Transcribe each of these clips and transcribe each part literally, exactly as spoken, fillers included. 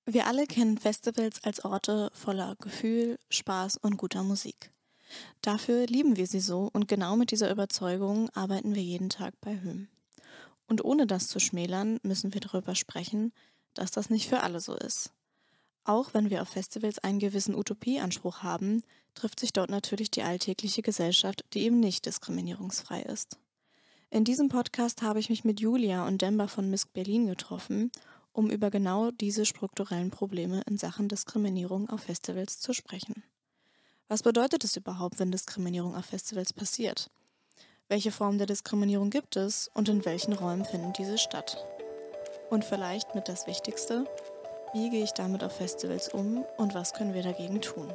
Wir alle kennen Festivals als Orte voller Gefühl, Spaß und guter Musik. Dafür lieben wir sie so und genau mit dieser Überzeugung arbeiten wir jeden Tag bei Höhm. Und ohne das zu schmälern, müssen wir darüber sprechen, dass das nicht für alle so ist. Auch wenn wir auf Festivals einen gewissen Utopieanspruch haben, trifft sich dort natürlich die alltägliche Gesellschaft, die eben nicht diskriminierungsfrei ist. In diesem Podcast habe ich mich mit Julia und Demba von Misc Berlin getroffen, um über genau diese strukturellen Probleme in Sachen Diskriminierung auf Festivals zu sprechen. Was bedeutet es überhaupt, wenn Diskriminierung auf Festivals passiert? Welche Formen der Diskriminierung gibt es und in welchen Räumen finden diese statt? Und vielleicht mit das Wichtigste: Wie gehe ich damit auf Festivals um und was können wir dagegen tun?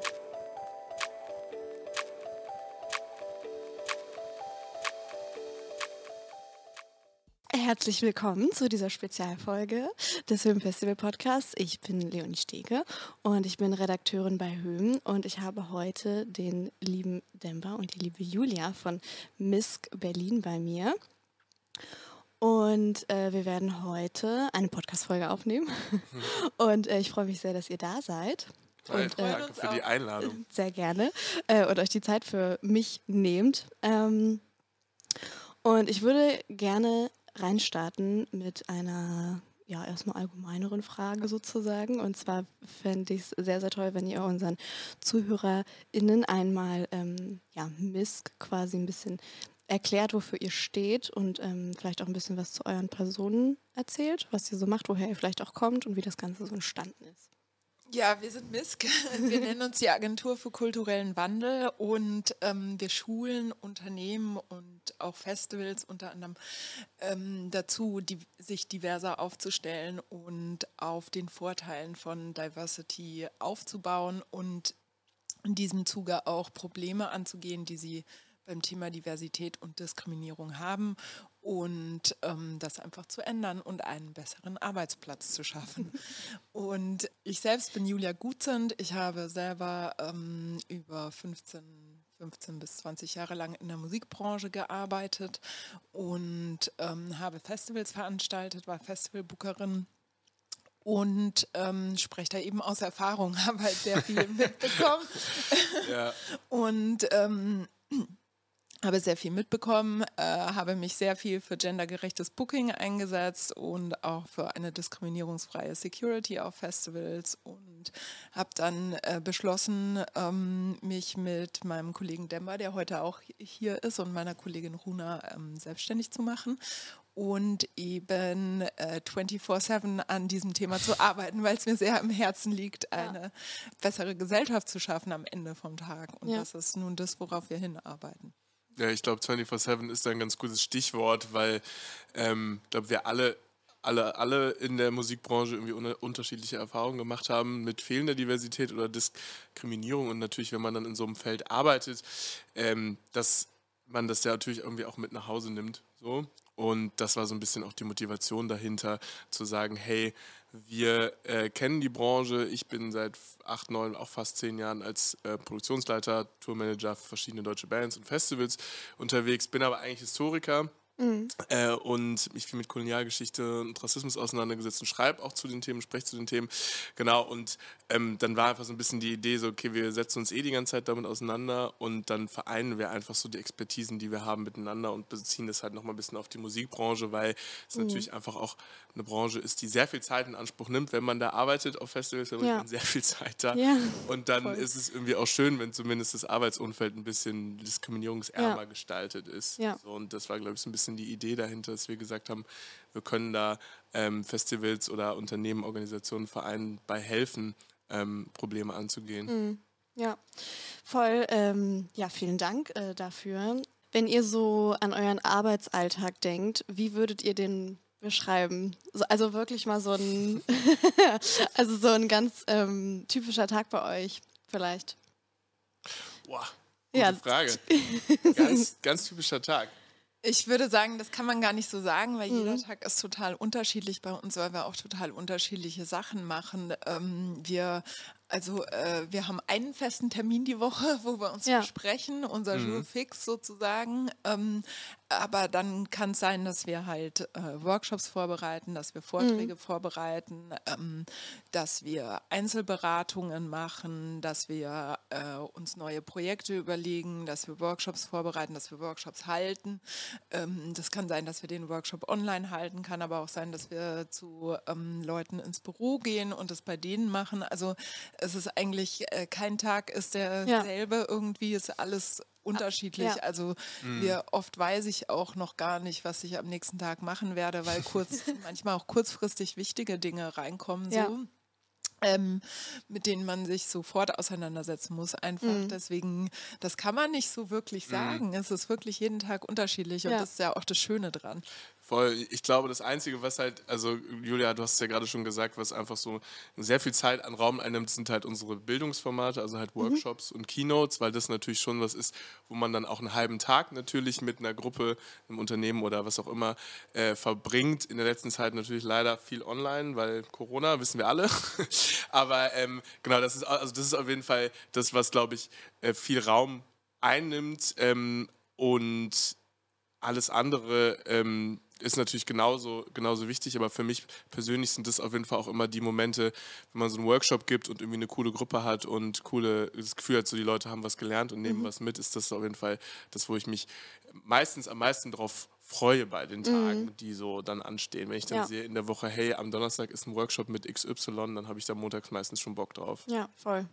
Herzlich willkommen zu dieser Spezialfolge des Höhm Festival Podcasts. Ich bin Leonie Stege und ich bin Redakteurin bei Höhm und ich habe heute den lieben Demba und die liebe Julia von Misc Berlin bei mir. Und äh, wir werden heute eine Podcast-Folge aufnehmen. Mhm. Und äh, ich freue mich sehr, dass ihr da seid. Hi, und, äh, danke für die Einladung. Sehr gerne. Äh, und euch die Zeit für mich nehmt. Ähm, und ich würde gerne reinstarten mit einer, ja, erstmal allgemeineren Frage sozusagen. Und zwar fände ich es sehr, sehr toll, wenn ihr unseren ZuhörerInnen einmal ähm, ja, Misc quasi ein bisschen erklärt, wofür ihr steht und ähm, vielleicht auch ein bisschen was zu euren Personen erzählt, was ihr so macht, woher ihr vielleicht auch kommt und wie das Ganze so entstanden ist. Ja, wir sind Misc. Wir nennen uns die Agentur für kulturellen Wandel und ähm, wir schulen Unternehmen und auch Festivals unter anderem ähm, dazu, die, sich diverser aufzustellen und auf den Vorteilen von Diversity aufzubauen und in diesem Zuge auch Probleme anzugehen, die sie beim Thema Diversität und Diskriminierung haben und ähm, das einfach zu ändern und einen besseren Arbeitsplatz zu schaffen. Und ich selbst bin Julia Gutzend. Ich habe selber ähm, über fünfzehn, fünfzehn bis zwanzig Jahre lang in der Musikbranche gearbeitet und ähm, habe Festivals veranstaltet, war Festivalbookerin. Und ähm, spreche da eben aus Erfahrung, habe halt sehr viel mitbekommen. Ja. Und ähm, habe sehr viel mitbekommen, äh, habe mich sehr viel für gendergerechtes Booking eingesetzt und auch für eine diskriminierungsfreie Security auf Festivals und habe dann äh, beschlossen, ähm, mich mit meinem Kollegen Demba, der heute auch hier ist, und meiner Kollegin Runa ähm, selbstständig zu machen und eben äh, vierundzwanzig sieben an diesem Thema zu arbeiten, weil es mir sehr am Herzen liegt, eine ja. bessere Gesellschaft zu schaffen am Ende vom Tag. Und ja. das ist nun das, worauf wir hinarbeiten. Ja, ich glaube, vierundzwanzig sieben ist da ein ganz gutes Stichwort, weil ähm, ich glaube, wir alle, alle, alle in der Musikbranche irgendwie un- unterschiedliche Erfahrungen gemacht haben mit fehlender Diversität oder Diskriminierung. Und natürlich, wenn man dann in so einem Feld arbeitet, ähm, dass man das ja natürlich irgendwie auch mit nach Hause nimmt. So. Und das war so ein bisschen auch die Motivation dahinter, zu sagen, hey, wir äh, kennen die Branche. Ich bin seit acht, neun, auch fast zehn Jahren als äh, Produktionsleiter, Tourmanager für verschiedene deutsche Bands und Festivals unterwegs, bin aber eigentlich Historiker. Mhm. Äh, und mich viel mit Kolonialgeschichte und Rassismus auseinandergesetzt und schreibe auch zu den Themen, spreche zu den Themen. Genau, und ähm, dann war einfach so ein bisschen die Idee so, okay, wir setzen uns eh die ganze Zeit damit auseinander und dann vereinen wir einfach so die Expertisen, die wir haben, miteinander und beziehen das halt nochmal ein bisschen auf die Musikbranche, weil es mhm. natürlich einfach auch eine Branche ist, die sehr viel Zeit in Anspruch nimmt, wenn man da arbeitet auf Festivals, dann ja. man sehr viel Zeit da. Ja, und dann voll. ist es irgendwie auch schön, wenn zumindest das Arbeitsumfeld ein bisschen diskriminierungsärmer ja. gestaltet ist. Ja. So, und das war, glaube ich, so ein bisschen die Idee dahinter, dass wir gesagt haben, wir können da ähm, Festivals oder Unternehmen, Organisationen, Vereinen bei helfen, ähm, Probleme anzugehen. Mhm. Ja, voll. Ähm, ja, vielen Dank äh, dafür. Wenn ihr so an euren Arbeitsalltag denkt, wie würdet ihr den beschreiben? So, also wirklich mal so ein, also so ein ganz ähm, typischer Tag bei euch vielleicht. Boah, gute ja. Frage. Ganz, ganz typischer Tag. Ich würde sagen, das kann man gar nicht so sagen, weil mhm. jeder Tag ist total unterschiedlich bei uns, weil wir auch total unterschiedliche Sachen machen. Ähm, wir Also äh, wir haben einen festen Termin die Woche, wo wir uns Ja. besprechen, unser Mhm. Jour fix sozusagen. Ähm, aber dann kann es sein, dass wir halt äh, Workshops vorbereiten, dass wir Vorträge Mhm. vorbereiten, ähm, dass wir Einzelberatungen machen, dass wir äh, uns neue Projekte überlegen, dass wir Workshops vorbereiten, dass wir Workshops halten. Ähm, das kann sein, dass wir den Workshop online halten, kann aber auch sein, dass wir zu ähm, Leuten ins Büro gehen und das bei denen machen. Also es ist eigentlich, äh, kein Tag ist Ja. derselbe, irgendwie ist alles unterschiedlich. Ja. Also Mhm. wir oft weiß ich auch noch gar nicht, was ich am nächsten Tag machen werde, weil kurz, manchmal auch kurzfristig wichtige Dinge reinkommen, Ja. so. Ähm, mit denen man sich sofort auseinandersetzen muss, einfach. Mhm. Deswegen, das kann man nicht so wirklich Mhm. sagen. Es ist wirklich jeden Tag unterschiedlich und Ja. das ist ja auch das Schöne dran. Voll. Ich glaube, das Einzige, was halt, also Julia, du hast es ja gerade schon gesagt, was einfach so sehr viel Zeit an Raum einnimmt, sind halt unsere Bildungsformate, also halt Mhm. Workshops und Keynotes, weil das natürlich schon was ist, wo man dann auch einen halben Tag natürlich mit einer Gruppe, einem Unternehmen oder was auch immer äh, verbringt. In der letzten Zeit natürlich leider viel online, weil Corona, wissen wir alle. Aber ähm, genau, das ist, also das ist auf jeden Fall das, was, glaube ich, äh, viel Raum einnimmt ähm, und alles andere ähm, ist natürlich genauso, genauso wichtig, aber für mich persönlich sind das auf jeden Fall auch immer die Momente, wenn man so einen Workshop gibt und irgendwie eine coole Gruppe hat und coole, das Gefühl hat, so die Leute haben was gelernt und nehmen Mhm. was mit, ist das auf jeden Fall das, wo ich mich meistens am meisten drauf freue bei den Tagen, Mhm. die so dann anstehen. Wenn ich dann Ja. sehe in der Woche, hey, am Donnerstag ist ein Workshop mit X Y, dann habe ich da montags meistens schon Bock drauf. Ja, voll.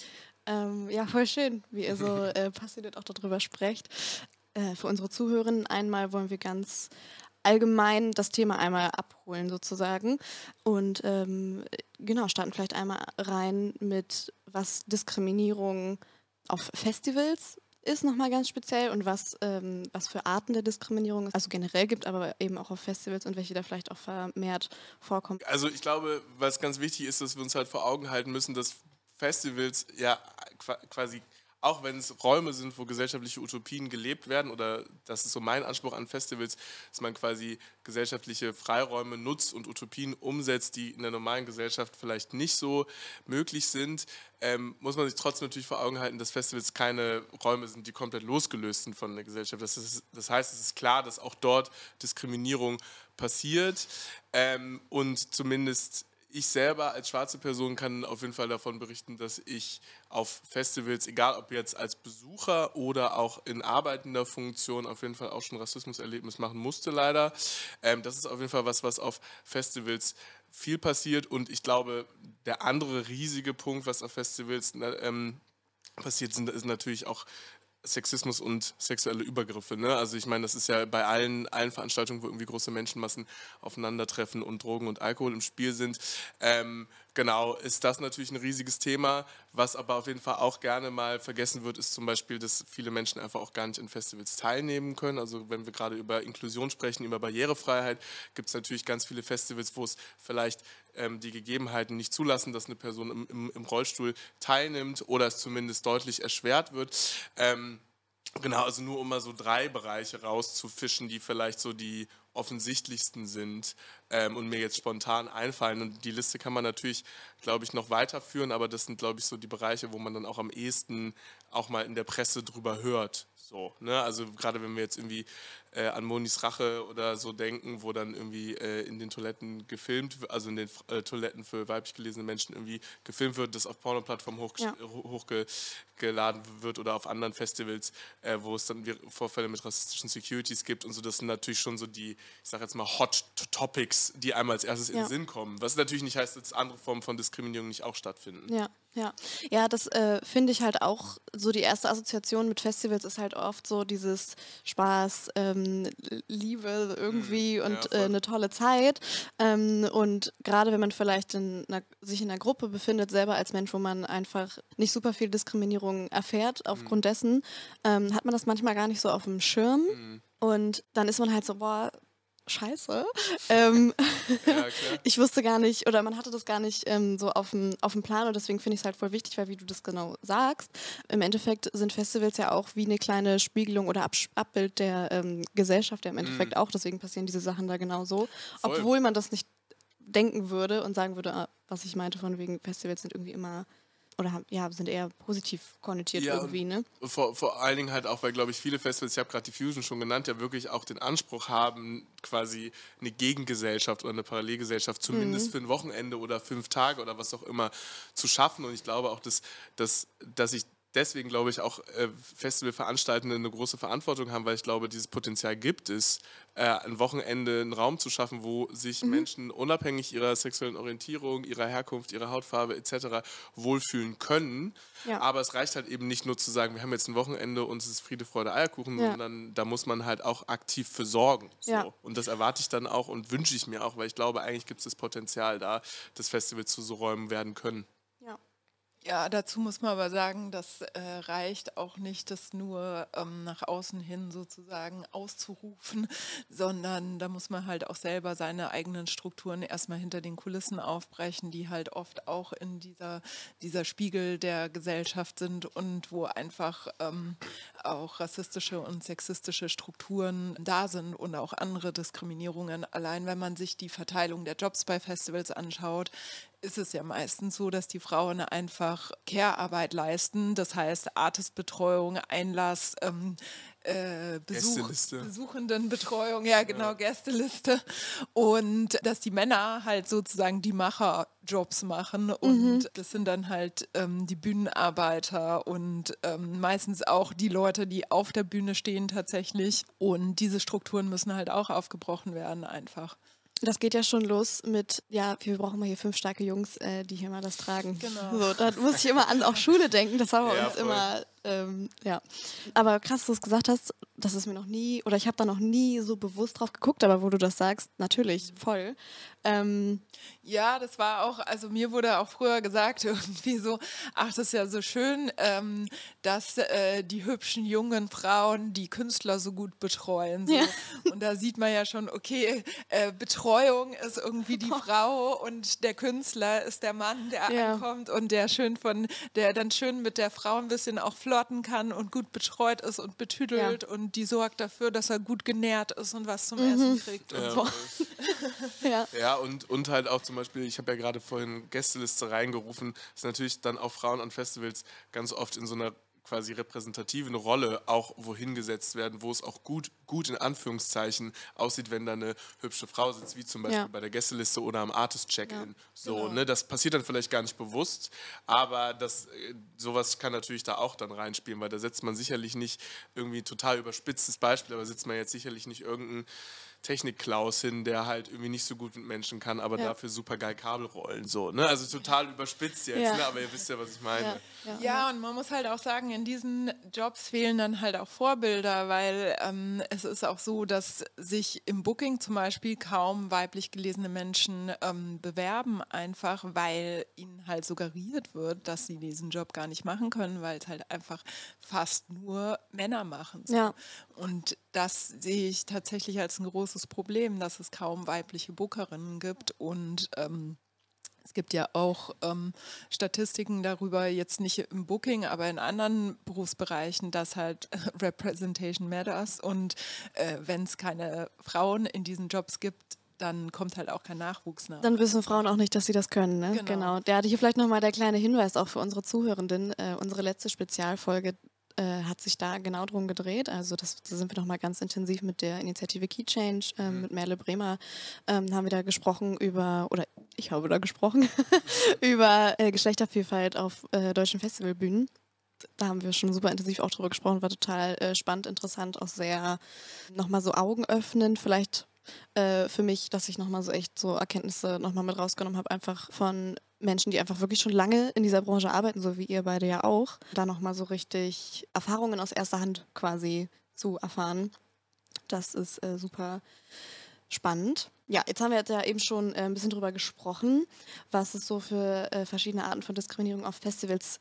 Ähm, ja, voll schön, wie ihr so äh, passioniert auch darüber sprecht. Äh, für unsere Zuhörerinnen einmal wollen wir ganz allgemein das Thema einmal abholen sozusagen und ähm, genau, starten vielleicht einmal rein mit, was Diskriminierung auf Festivals ist nochmal ganz speziell und was, ähm, was für Arten der Diskriminierung es also generell gibt, aber eben auch auf Festivals und welche da vielleicht auch vermehrt vorkommen. Also ich glaube, was ganz wichtig ist, dass wir uns halt vor Augen halten müssen, dass Festivals ja qua- quasi, auch wenn es Räume sind, wo gesellschaftliche Utopien gelebt werden, oder das ist so mein Anspruch an Festivals, dass man quasi gesellschaftliche Freiräume nutzt und Utopien umsetzt, die in der normalen Gesellschaft vielleicht nicht so möglich sind, ähm, muss man sich trotzdem natürlich vor Augen halten, dass Festivals keine Räume sind, die komplett losgelöst sind von der Gesellschaft. Das, ist, das heißt, es ist klar, dass auch dort Diskriminierung passiert ähm, und zumindest ich selber als schwarze Person kann auf jeden Fall davon berichten, dass ich auf Festivals, egal ob jetzt als Besucher oder auch in arbeitender Funktion, auf jeden Fall auch schon Rassismuserlebnis machen musste, leider. Ähm, das ist auf jeden Fall was, was auf Festivals viel passiert. Und ich glaube, der andere riesige Punkt, was auf Festivals ähm, passiert, sind, ist natürlich auch Sexismus und sexuelle Übergriffe. Ne? Also ich meine, das ist ja bei allen, allen Veranstaltungen, wo irgendwie große Menschenmassen aufeinandertreffen und Drogen und Alkohol im Spiel sind. Ähm, genau, ist das natürlich ein riesiges Thema. Was aber auf jeden Fall auch gerne mal vergessen wird, ist zum Beispiel, dass viele Menschen einfach auch gar nicht in Festivals teilnehmen können. Also wenn wir gerade über Inklusion sprechen, über Barrierefreiheit, gibt es natürlich ganz viele Festivals, wo es vielleicht ähm, die Gegebenheiten nicht zulassen, dass eine Person im, im, im Rollstuhl teilnimmt oder es zumindest deutlich erschwert wird. Ähm, Genau, also nur um mal so drei Bereiche rauszufischen, die vielleicht so die offensichtlichsten sind ähm, und mir jetzt spontan einfallen. Und die Liste kann man natürlich, glaube ich, noch weiterführen, aber das sind, glaube ich, so die Bereiche, wo man dann auch am ehesten auch mal in der Presse drüber hört. So, ne? Also gerade wenn wir jetzt irgendwie äh, an Monis Rache oder so denken, wo dann irgendwie äh, in den Toiletten gefilmt, also in den äh, Toiletten für weiblich gelesene Menschen irgendwie gefilmt wird, das auf Pornoplattformen hoch, Ja. hochgeladen wird oder auf anderen Festivals, äh, wo es dann Vorfälle mit rassistischen Securities gibt und so. Das sind natürlich schon so die, ich sage jetzt mal, Hot Topics, die einem als erstes in Ja. den Sinn kommen. Was natürlich nicht heißt, dass andere Formen von Diskriminierung nicht auch stattfinden. Ja, ja. Ja, das äh, finde ich halt auch so, die erste Assoziation mit Festivals ist halt oft so dieses Spaß, ähm, Liebe irgendwie Mhm, und ja, äh, voll. eine tolle Zeit. Ähm, und gerade wenn man vielleicht in einer, sich in einer Gruppe befindet, selber als Mensch, wo man einfach nicht super viel Diskriminierung erfährt, aufgrund dessen, ähm, hat man das manchmal gar nicht so auf dem Schirm. Mhm. Und dann ist man halt so, boah, scheiße. ähm, Ja, klar. ich wusste gar nicht, oder man hatte das gar nicht ähm, so auf dem, auf dem Plan und deswegen finde ich es halt voll wichtig, weil wie du das genau sagst, im Endeffekt sind Festivals ja auch wie eine kleine Spiegelung oder Absch- Abbild der ähm, Gesellschaft ja im Endeffekt auch, deswegen passieren diese Sachen da genauso, Voll. obwohl man das nicht denken würde und sagen würde, ah, was ich meinte von wegen Festivals sind irgendwie immer oder ja, sind eher positiv konnotiert Ja, irgendwie, ne? Vor, vor allen Dingen halt auch, weil, glaube ich, viele Festivals, ich habe gerade die Fusion schon genannt, ja wirklich auch den Anspruch haben, quasi eine Gegengesellschaft oder eine Parallelgesellschaft zumindest Mhm. für ein Wochenende oder fünf Tage oder was auch immer zu schaffen. Und ich glaube auch, dass, dass, dass ich deswegen, glaube ich, auch äh, Festivalveranstaltende eine große Verantwortung haben, weil ich glaube, dieses Potenzial gibt es, äh, ein Wochenende einen Raum zu schaffen, wo sich Mhm. Menschen unabhängig ihrer sexuellen Orientierung, ihrer Herkunft, ihrer Hautfarbe et cetera wohlfühlen können. Ja. Aber es reicht halt eben nicht nur zu sagen, wir haben jetzt ein Wochenende und es ist Friede, Freude, Eierkuchen, Ja. sondern da muss man halt auch aktiv für sorgen. So. Ja. Und das erwarte ich dann auch und wünsche ich mir auch, weil ich glaube, eigentlich gibt es das Potenzial da, dass Festivals zu so Räumen werden können. Ja. Ja, dazu muss man aber sagen, das äh, reicht auch nicht, das nur ähm, nach außen hin sozusagen auszurufen, sondern da muss man halt auch selber seine eigenen Strukturen erstmal hinter den Kulissen aufbrechen, die halt oft auch in dieser, dieser Spiegel der Gesellschaft sind und wo einfach ähm, auch rassistische und sexistische Strukturen da sind und auch andere Diskriminierungen. Allein wenn man sich die Verteilung der Jobs bei Festivals anschaut, ist es ja meistens so, dass die Frauen einfach Care-Arbeit leisten, das heißt Artistbetreuung, Einlass, ähm, äh, Besuch, Gästeliste. Besuchendenbetreuung, ja genau, Gästeliste und dass die Männer halt sozusagen die Macherjobs machen und das sind dann halt ähm, die Bühnenarbeiter und ähm, meistens auch die Leute, die auf der Bühne stehen tatsächlich und diese Strukturen müssen halt auch aufgebrochen werden einfach. Das geht ja schon los mit, ja, wir brauchen mal hier fünf starke Jungs, äh, die hier mal das tragen. Genau. So, da muss ich immer an auch Schule denken, das haben wir Ja, uns voll. immer, ähm, ja. Aber krass, dass du es gesagt hast, das ist mir noch nie, oder ich habe da noch nie so bewusst drauf geguckt, aber wo du das sagst, natürlich, voll. Ähm, Ja, das war auch, also mir wurde auch früher gesagt, irgendwie so, ach, das ist ja so schön, ähm, dass äh, die hübschen jungen Frauen die Künstler so gut betreuen. So. Ja. Und da sieht man ja schon, okay, äh, Betreuung ist irgendwie die Frau und der Künstler ist der Mann, der Ja. ankommt und der schön von, der dann schön mit der Frau ein bisschen auch flirten kann und gut betreut ist und betüdelt Ja. und die sorgt dafür, dass er gut genährt ist und was zum Essen kriegt und Ja, so. voll. ja. Ja, und, und halt auch zum Beispiel, ich habe ja gerade vorhin Gästeliste reingerufen, ist natürlich dann auch Frauen an Festivals ganz oft in so einer quasi repräsentativen Rolle auch wohin gesetzt werden, wo es auch gut, gut in Anführungszeichen aussieht, wenn da eine hübsche Frau sitzt, wie zum Beispiel Ja. bei der Gästeliste oder am Artist-Check-In. Ja, So, genau. ne, das passiert dann vielleicht gar nicht bewusst, aber das, äh, sowas kann natürlich da auch dann reinspielen, weil da setzt man sicherlich nicht irgendwie ein total überspitztes Beispiel, aber setzt man jetzt sicherlich nicht irgendeinen Technik-Klaus hin, der halt irgendwie nicht so gut mit Menschen kann, aber Ja. dafür super geil Kabel rollen. So, ne? Also total überspitzt jetzt, Ja. ne? Aber ihr wisst ja, was ich meine. Ja, ja, Ja, und man muss halt auch sagen, in diesen Jobs fehlen dann halt auch Vorbilder, weil ähm, es ist auch so, dass sich im Booking zum Beispiel kaum weiblich gelesene Menschen ähm, bewerben, einfach weil ihnen halt suggeriert wird, dass sie diesen Job gar nicht machen können, weil es halt einfach fast nur Männer machen. So. Ja. Und das sehe ich tatsächlich als ein großes Problem, dass es kaum weibliche Bookerinnen gibt und ähm, es gibt ja auch ähm, Statistiken darüber, jetzt nicht im Booking, aber in anderen Berufsbereichen, dass halt Representation matters und äh, wenn es keine Frauen in diesen Jobs gibt, dann kommt halt auch kein Nachwuchs nach. Dann wissen Frauen auch nicht, dass sie das können, ne? Genau. Genau. Der hatte hier vielleicht nochmal der kleine Hinweis auch für unsere Zuhörenden. Äh, unsere letzte Spezialfolge äh, hat sich da genau drum gedreht. Also das, da sind wir nochmal ganz intensiv mit der Initiative Key Change, ähm, mit Merle Bremer, ähm, haben wir da gesprochen über, oder ich habe da gesprochen, über äh, Geschlechtervielfalt auf äh, deutschen Festivalbühnen. Da haben wir schon super intensiv auch drüber gesprochen, war total äh, spannend, interessant, auch sehr nochmal so Augen öffnend, vielleicht äh, für mich, dass ich nochmal so echt so Erkenntnisse nochmal mit rausgenommen habe, einfach von Menschen, die einfach wirklich schon lange in dieser Branche arbeiten, so wie ihr beide ja auch, da nochmal so richtig Erfahrungen aus erster Hand quasi zu erfahren. Das ist äh, super spannend. Ja, jetzt haben wir jetzt ja eben schon äh, ein bisschen drüber gesprochen, was es so für äh, verschiedene Arten von Diskriminierung auf Festivals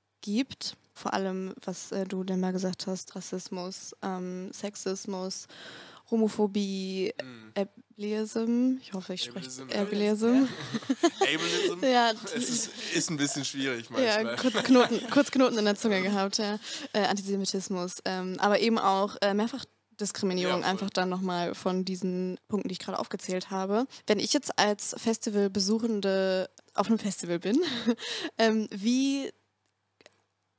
gibt. Vor allem, was äh, du denn mal gesagt hast, Rassismus, ähm, Sexismus, Homophobie, Mhm. Ableism, ich hoffe, ich spreche Ableism, Ableism. Ableism, Ja, es ist, ist ein bisschen schwierig ja, manchmal. kurz Knoten, kurz Knoten in der Zunge gehabt, ja. Äh, Antisemitismus, ähm, aber eben auch äh, Mehrfachdiskriminierung, Ja, voll. einfach dann nochmal von diesen Punkten, die ich gerade aufgezählt habe. Wenn ich jetzt als Festivalbesuchende auf einem Festival bin, ähm, wie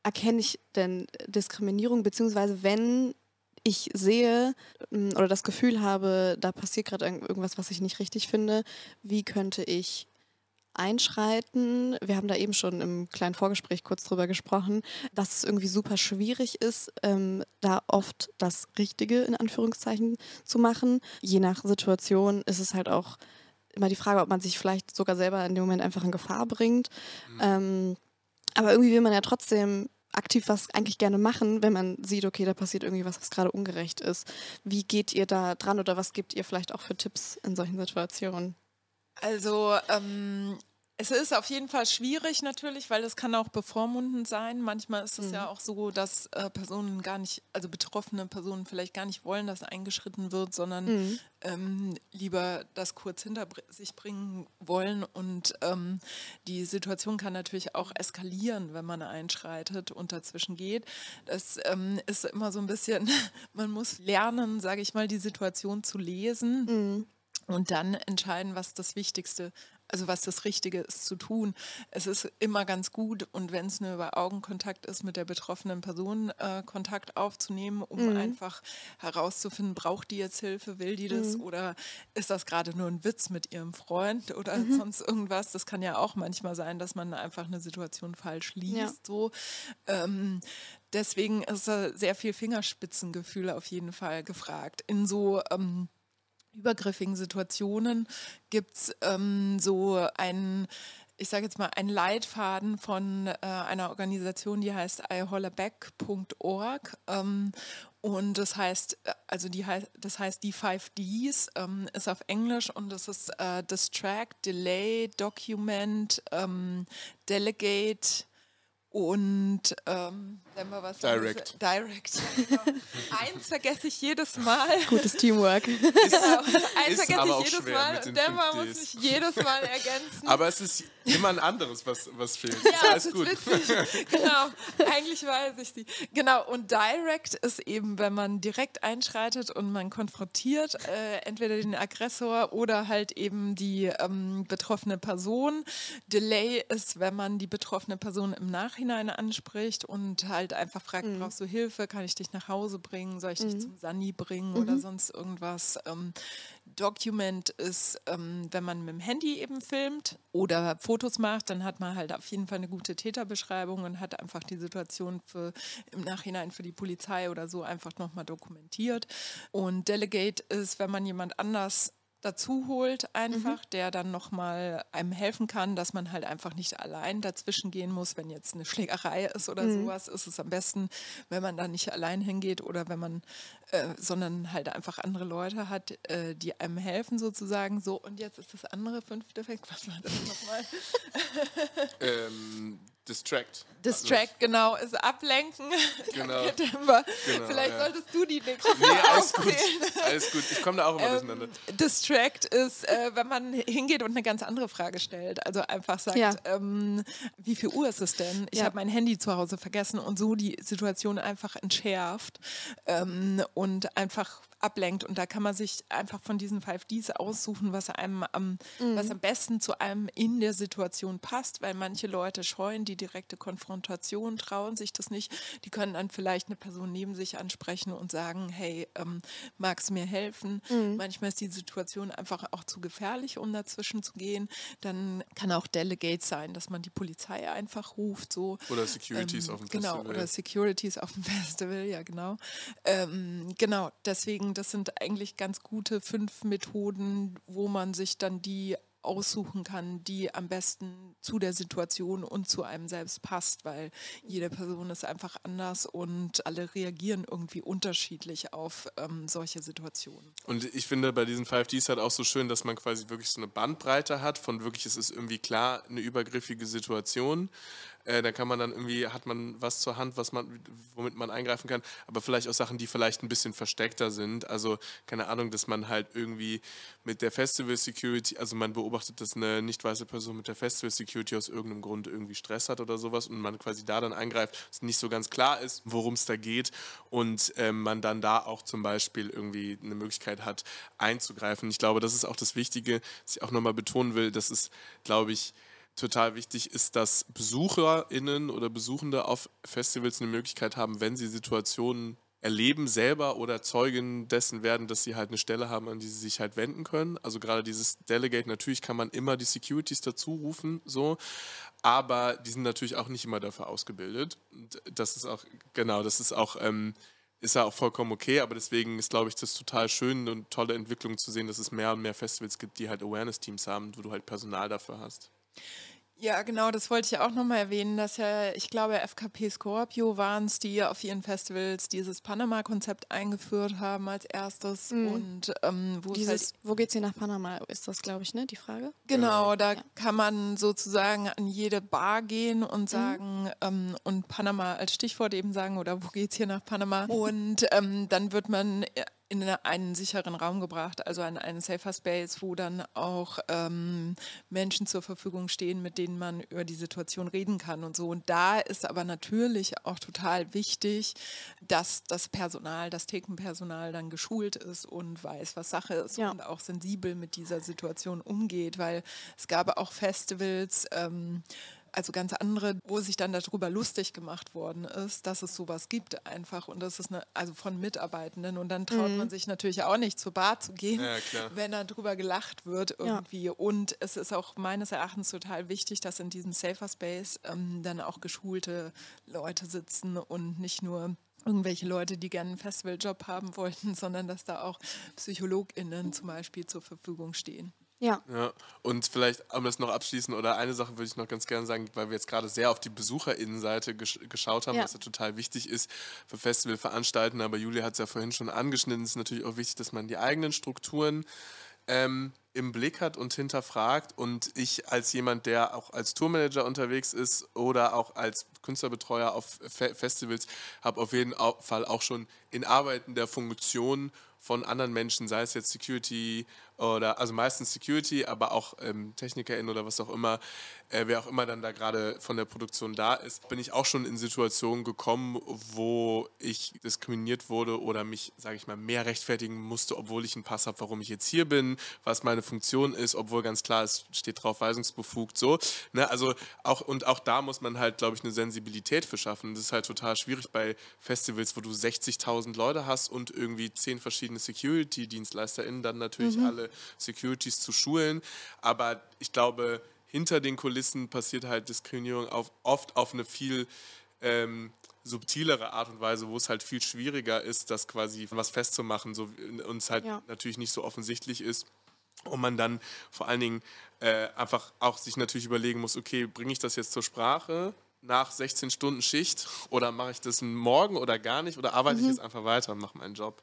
erkenne ich denn Diskriminierung, beziehungsweise wenn ich sehe ähm, oder das Gefühl habe, da passiert gerade irgendwas, was ich nicht richtig finde, wie könnte ich einschreiten? Wir haben da eben schon im kleinen Vorgespräch kurz drüber gesprochen, dass es irgendwie super schwierig ist, ähm, da oft das Richtige in Anführungszeichen zu machen. Je nach Situation ist es halt auch immer die Frage, ob man sich vielleicht sogar selber in dem Moment einfach in Gefahr bringt. Mhm. Ähm, aber irgendwie will man ja trotzdem aktiv was eigentlich gerne machen, wenn man sieht, okay, da passiert irgendwie was, was gerade ungerecht ist. Wie geht ihr da dran oder was gebt ihr vielleicht auch für Tipps in solchen Situationen? Also ähm, es ist auf jeden Fall schwierig natürlich, weil es kann auch bevormundend sein. Manchmal ist es mhm. ja auch so, dass äh, Personen gar nicht, also betroffene Personen vielleicht gar nicht wollen, dass eingeschritten wird, sondern mhm. ähm, lieber das kurz hinter sich bringen wollen. Und ähm, die Situation kann natürlich auch eskalieren, wenn man einschreitet und dazwischen geht. Das ähm, ist immer so ein bisschen, man muss lernen, sage ich mal, die Situation zu lesen. Mhm. Und dann entscheiden, was das Wichtigste, also was das Richtige ist zu tun. Es ist immer ganz gut, und wenn es nur über Augenkontakt ist, mit der betroffenen Person äh, Kontakt aufzunehmen, um mhm. einfach herauszufinden, braucht die jetzt Hilfe, will die das mhm. oder ist das gerade nur ein Witz mit ihrem Freund oder mhm. sonst irgendwas. Das kann ja auch manchmal sein, dass man einfach eine Situation falsch liest. Ja. So. Ähm, deswegen ist äh, sehr viel Fingerspitzengefühl auf jeden Fall gefragt. In so ähm, übergriffigen Situationen gibt es ähm, so einen, ich sage jetzt mal, einen Leitfaden von äh, einer Organisation, die heißt i holler back punkt org. Ähm, und das heißt, also die heißt, das heißt die five Ds, ähm, ist auf Englisch, und das ist äh, Distract, Delay, Document, ähm, Delegate und ähm, wenn wir was Direct. Ist, direct. Genau. Eins vergesse ich jedes Mal. Gutes Teamwork. Genau. Eins vergesse ich jedes Mal und Demba muss mich jedes Mal ergänzen. Aber es ist immer ein anderes, was, was fehlt. Ja, ist alles das gut. Ist witzig. Genau, eigentlich weiß ich die. Genau, und Direct ist eben, wenn man direkt einschreitet und man konfrontiert äh, entweder den Aggressor oder halt eben die ähm, betroffene Person. Delay ist, wenn man die betroffene Person im Nachhinein anspricht und halt einfach fragt, mhm. brauchst du Hilfe, kann ich dich nach Hause bringen, soll ich mhm. dich zum Sani bringen mhm. oder sonst irgendwas. Ähm, Document ist, ähm, wenn man mit dem Handy eben filmt oder Fotos macht, dann hat man halt auf jeden Fall eine gute Täterbeschreibung und hat einfach die Situation für, im Nachhinein für die Polizei oder so einfach nochmal dokumentiert. Und Delegate ist, wenn man jemand anders dazu holt einfach, mhm. der dann nochmal einem helfen kann, dass man halt einfach nicht allein dazwischen gehen muss. Wenn jetzt eine Schlägerei ist oder mhm. sowas, ist es am besten, wenn man da nicht allein hingeht oder wenn man, äh, sondern halt einfach andere Leute hat, äh, die einem helfen sozusagen. So, und jetzt ist das andere fünfte Effekt. Was war das nochmal? ähm, Distract. Distract, genau, ist ablenken. Genau. genau Vielleicht ja. solltest du die nächste Nee, alles gut. Alles gut. Ich komme da auch immer ähm, durcheinander. Distract ist, äh, wenn man hingeht und eine ganz andere Frage stellt. Also einfach sagt, ja. ähm, wie viel Uhr ist es denn? Ich ja. habe mein Handy zu Hause vergessen, und so die Situation einfach entschärft ähm, und einfach ablenkt. Und da kann man sich einfach von diesen five Ds aussuchen, was einem am, mhm. was am besten zu einem in der Situation passt, weil manche Leute scheuen die direkte Konfrontation, trauen sich das nicht. Die können dann vielleicht eine Person neben sich ansprechen und sagen, hey, ähm, magst du mir helfen? Mhm. Manchmal ist die Situation einfach auch zu gefährlich, um dazwischen zu gehen. Dann kann auch Delegate sein, dass man die Polizei einfach ruft. So. Oder Securities ähm, auf dem Festival. Genau, oder Securities auf dem Festival, ja genau. Ähm, genau, deswegen, das sind eigentlich ganz gute fünf Methoden, wo man sich dann die aussuchen kann, die am besten zu der Situation und zu einem selbst passt, weil jede Person ist einfach anders und alle reagieren irgendwie unterschiedlich auf ähm, solche Situationen. Und ich finde bei diesen five Ds halt auch so schön, dass man quasi wirklich so eine Bandbreite hat von wirklich, es ist irgendwie klar eine übergriffige Situation. Äh, da kann man dann irgendwie, hat man was zur Hand, was man, womit man eingreifen kann, aber vielleicht auch Sachen, die vielleicht ein bisschen versteckter sind. Also, keine Ahnung, dass man halt irgendwie mit der Festival Security, also man beobachtet, dass eine nicht weiße Person mit der Festival Security aus irgendeinem Grund irgendwie Stress hat oder sowas und man quasi da dann eingreift, dass nicht so ganz klar ist, worum es da geht und ähm, man dann da auch zum Beispiel irgendwie eine Möglichkeit hat, einzugreifen. Ich glaube, das ist auch das Wichtige, was ich auch nochmal betonen will, das ist, glaube ich, total wichtig ist, dass BesucherInnen oder Besuchende auf Festivals eine Möglichkeit haben, wenn sie Situationen erleben selber oder Zeugen dessen werden, dass sie halt eine Stelle haben, an die sie sich halt wenden können. Also gerade dieses Delegate, natürlich kann man immer die Securities dazu rufen, so, aber die sind natürlich auch nicht immer dafür ausgebildet. Und das ist auch, genau, das ist auch, ähm, ist ja auch vollkommen okay, aber deswegen ist, glaube ich, das total schön und tolle Entwicklung zu sehen, dass es mehr und mehr Festivals gibt, die halt Awareness-Teams haben, wo du halt Personal dafür hast. Ja, genau, das wollte ich auch nochmal erwähnen, dass ja, ich glaube, F K P Scorpio waren es, die auf ihren Festivals dieses Panama-Konzept eingeführt haben als erstes. Mhm. Und ähm, wo es halt Dieses, wo geht's hier nach Panama, ist das, glaube ich, ne, die Frage? Genau, da Ja. kann man sozusagen an jede Bar gehen und sagen, ähm, und Panama als Stichwort eben sagen, oder wo geht's hier nach Panama? Und ähm, dann wird man in einen sicheren Raum gebracht, also an einen safer Space, wo dann auch ähm, Menschen zur Verfügung stehen, mit denen man über die Situation reden kann und so. Und da ist aber natürlich auch total wichtig, dass das Personal, das Thekenpersonal dann geschult ist und weiß, was Sache ist, Ja. und auch sensibel mit dieser Situation umgeht, weil es gab auch Festivals, ähm, also ganz andere, wo sich dann darüber lustig gemacht worden ist, dass es sowas gibt einfach, und das ist eine, also von Mitarbeitenden, und dann traut Mhm. man sich natürlich auch nicht zur Bar zu gehen, Ja, klar. wenn da drüber gelacht wird irgendwie. Und es ist auch meines Erachtens total wichtig, dass in diesem Safer Space ähm, dann auch geschulte Leute sitzen und nicht nur irgendwelche Leute, die gerne einen Festivaljob haben wollten, sondern dass da auch PsychologInnen zum Beispiel zur Verfügung stehen. Ja. Ja, und vielleicht, um das noch abschließen, oder eine Sache würde ich noch ganz gerne sagen, weil wir jetzt gerade sehr auf die BesucherInnenseite gesch- geschaut haben, Ja. was ja total wichtig ist für Festivalveranstalten, aber Julia hat es ja vorhin schon angeschnitten, es ist natürlich auch wichtig, dass man die eigenen Strukturen ähm, im Blick hat und hinterfragt, und ich als jemand, der auch als Tourmanager unterwegs ist oder auch als Künstlerbetreuer auf Fe- Festivals, habe auf jeden Au- Fall auch schon in Arbeiten der Funktion von anderen Menschen, sei es jetzt Security oder, also meistens Security, aber auch ähm, TechnikerInnen oder was auch immer, äh, wer auch immer dann da gerade von der Produktion da ist, bin ich auch schon in Situationen gekommen, wo ich diskriminiert wurde oder mich, sage ich mal, mehr rechtfertigen musste, obwohl ich einen Pass habe, warum ich jetzt hier bin, was meine Funktion ist, obwohl ganz klar ist, steht drauf weisungsbefugt, so. Ne? Also auch, und auch da muss man halt, glaube ich, eine Sensibilität für schaffen. Das ist halt total schwierig bei Festivals, wo du sechzigtausend Leute hast und irgendwie zehn verschiedene Security-DienstleisterInnen, dann natürlich alle Securities zu schulen. Aber ich glaube, hinter den Kulissen passiert halt Diskriminierung auf, oft auf eine viel ähm, subtilere Art und Weise, wo es halt viel schwieriger ist, das quasi was festzumachen, so, und es halt Ja. natürlich nicht so offensichtlich ist. Und man dann vor allen Dingen äh, einfach auch sich natürlich überlegen muss, okay, bringe ich das jetzt zur Sprache nach sechzehn Stunden Schicht oder mache ich das morgen oder gar nicht oder arbeite ich jetzt einfach weiter und mache meinen Job?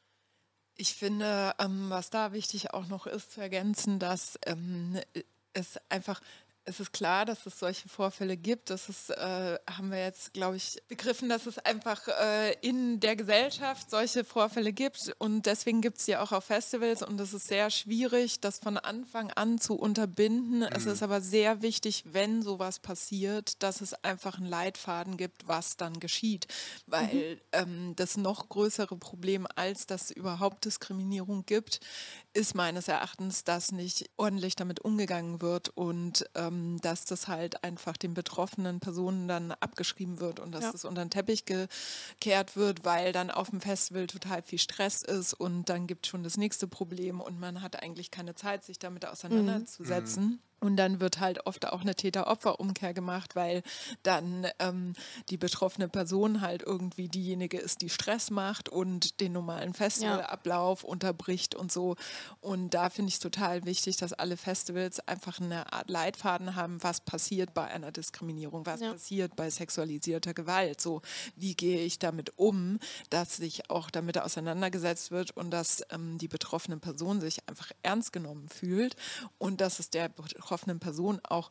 Ich finde, ähm, was da wichtig auch noch ist zu ergänzen, dass ähm, es einfach, es ist klar, dass es solche Vorfälle gibt. Das ist, äh, haben wir jetzt, glaube ich, begriffen, dass es einfach äh, in der Gesellschaft solche Vorfälle gibt, und deswegen gibt es die auch auf Festivals, und es ist sehr schwierig, das von Anfang an zu unterbinden. Mhm. Es ist aber sehr wichtig, wenn sowas passiert, dass es einfach einen Leitfaden gibt, was dann geschieht, weil mhm. ähm, das noch größere Problem, als dass es überhaupt Diskriminierung gibt, ist meines Erachtens, dass nicht ordentlich damit umgegangen wird und ähm, dass das halt einfach den betroffenen Personen dann abgeschrieben wird und dass ja. das unter den Teppich gekehrt wird, weil dann auf dem Festival total viel Stress ist und dann gibt es schon das nächste Problem und man hat eigentlich keine Zeit, sich damit auseinanderzusetzen. Mhm. Und dann wird halt oft auch eine Täter-Opfer-Umkehr gemacht, weil dann ähm, die betroffene Person halt irgendwie diejenige ist, die Stress macht und den normalen Festivalablauf ja. unterbricht und so. Und da finde ich es total wichtig, dass alle Festivals einfach eine Art Leitfaden haben, was passiert bei einer Diskriminierung, was ja. passiert bei sexualisierter Gewalt. So, wie gehe ich damit um, dass sich auch damit auseinandergesetzt wird und dass ähm, die betroffene Person sich einfach ernst genommen fühlt und dass es der betroffenen Person auch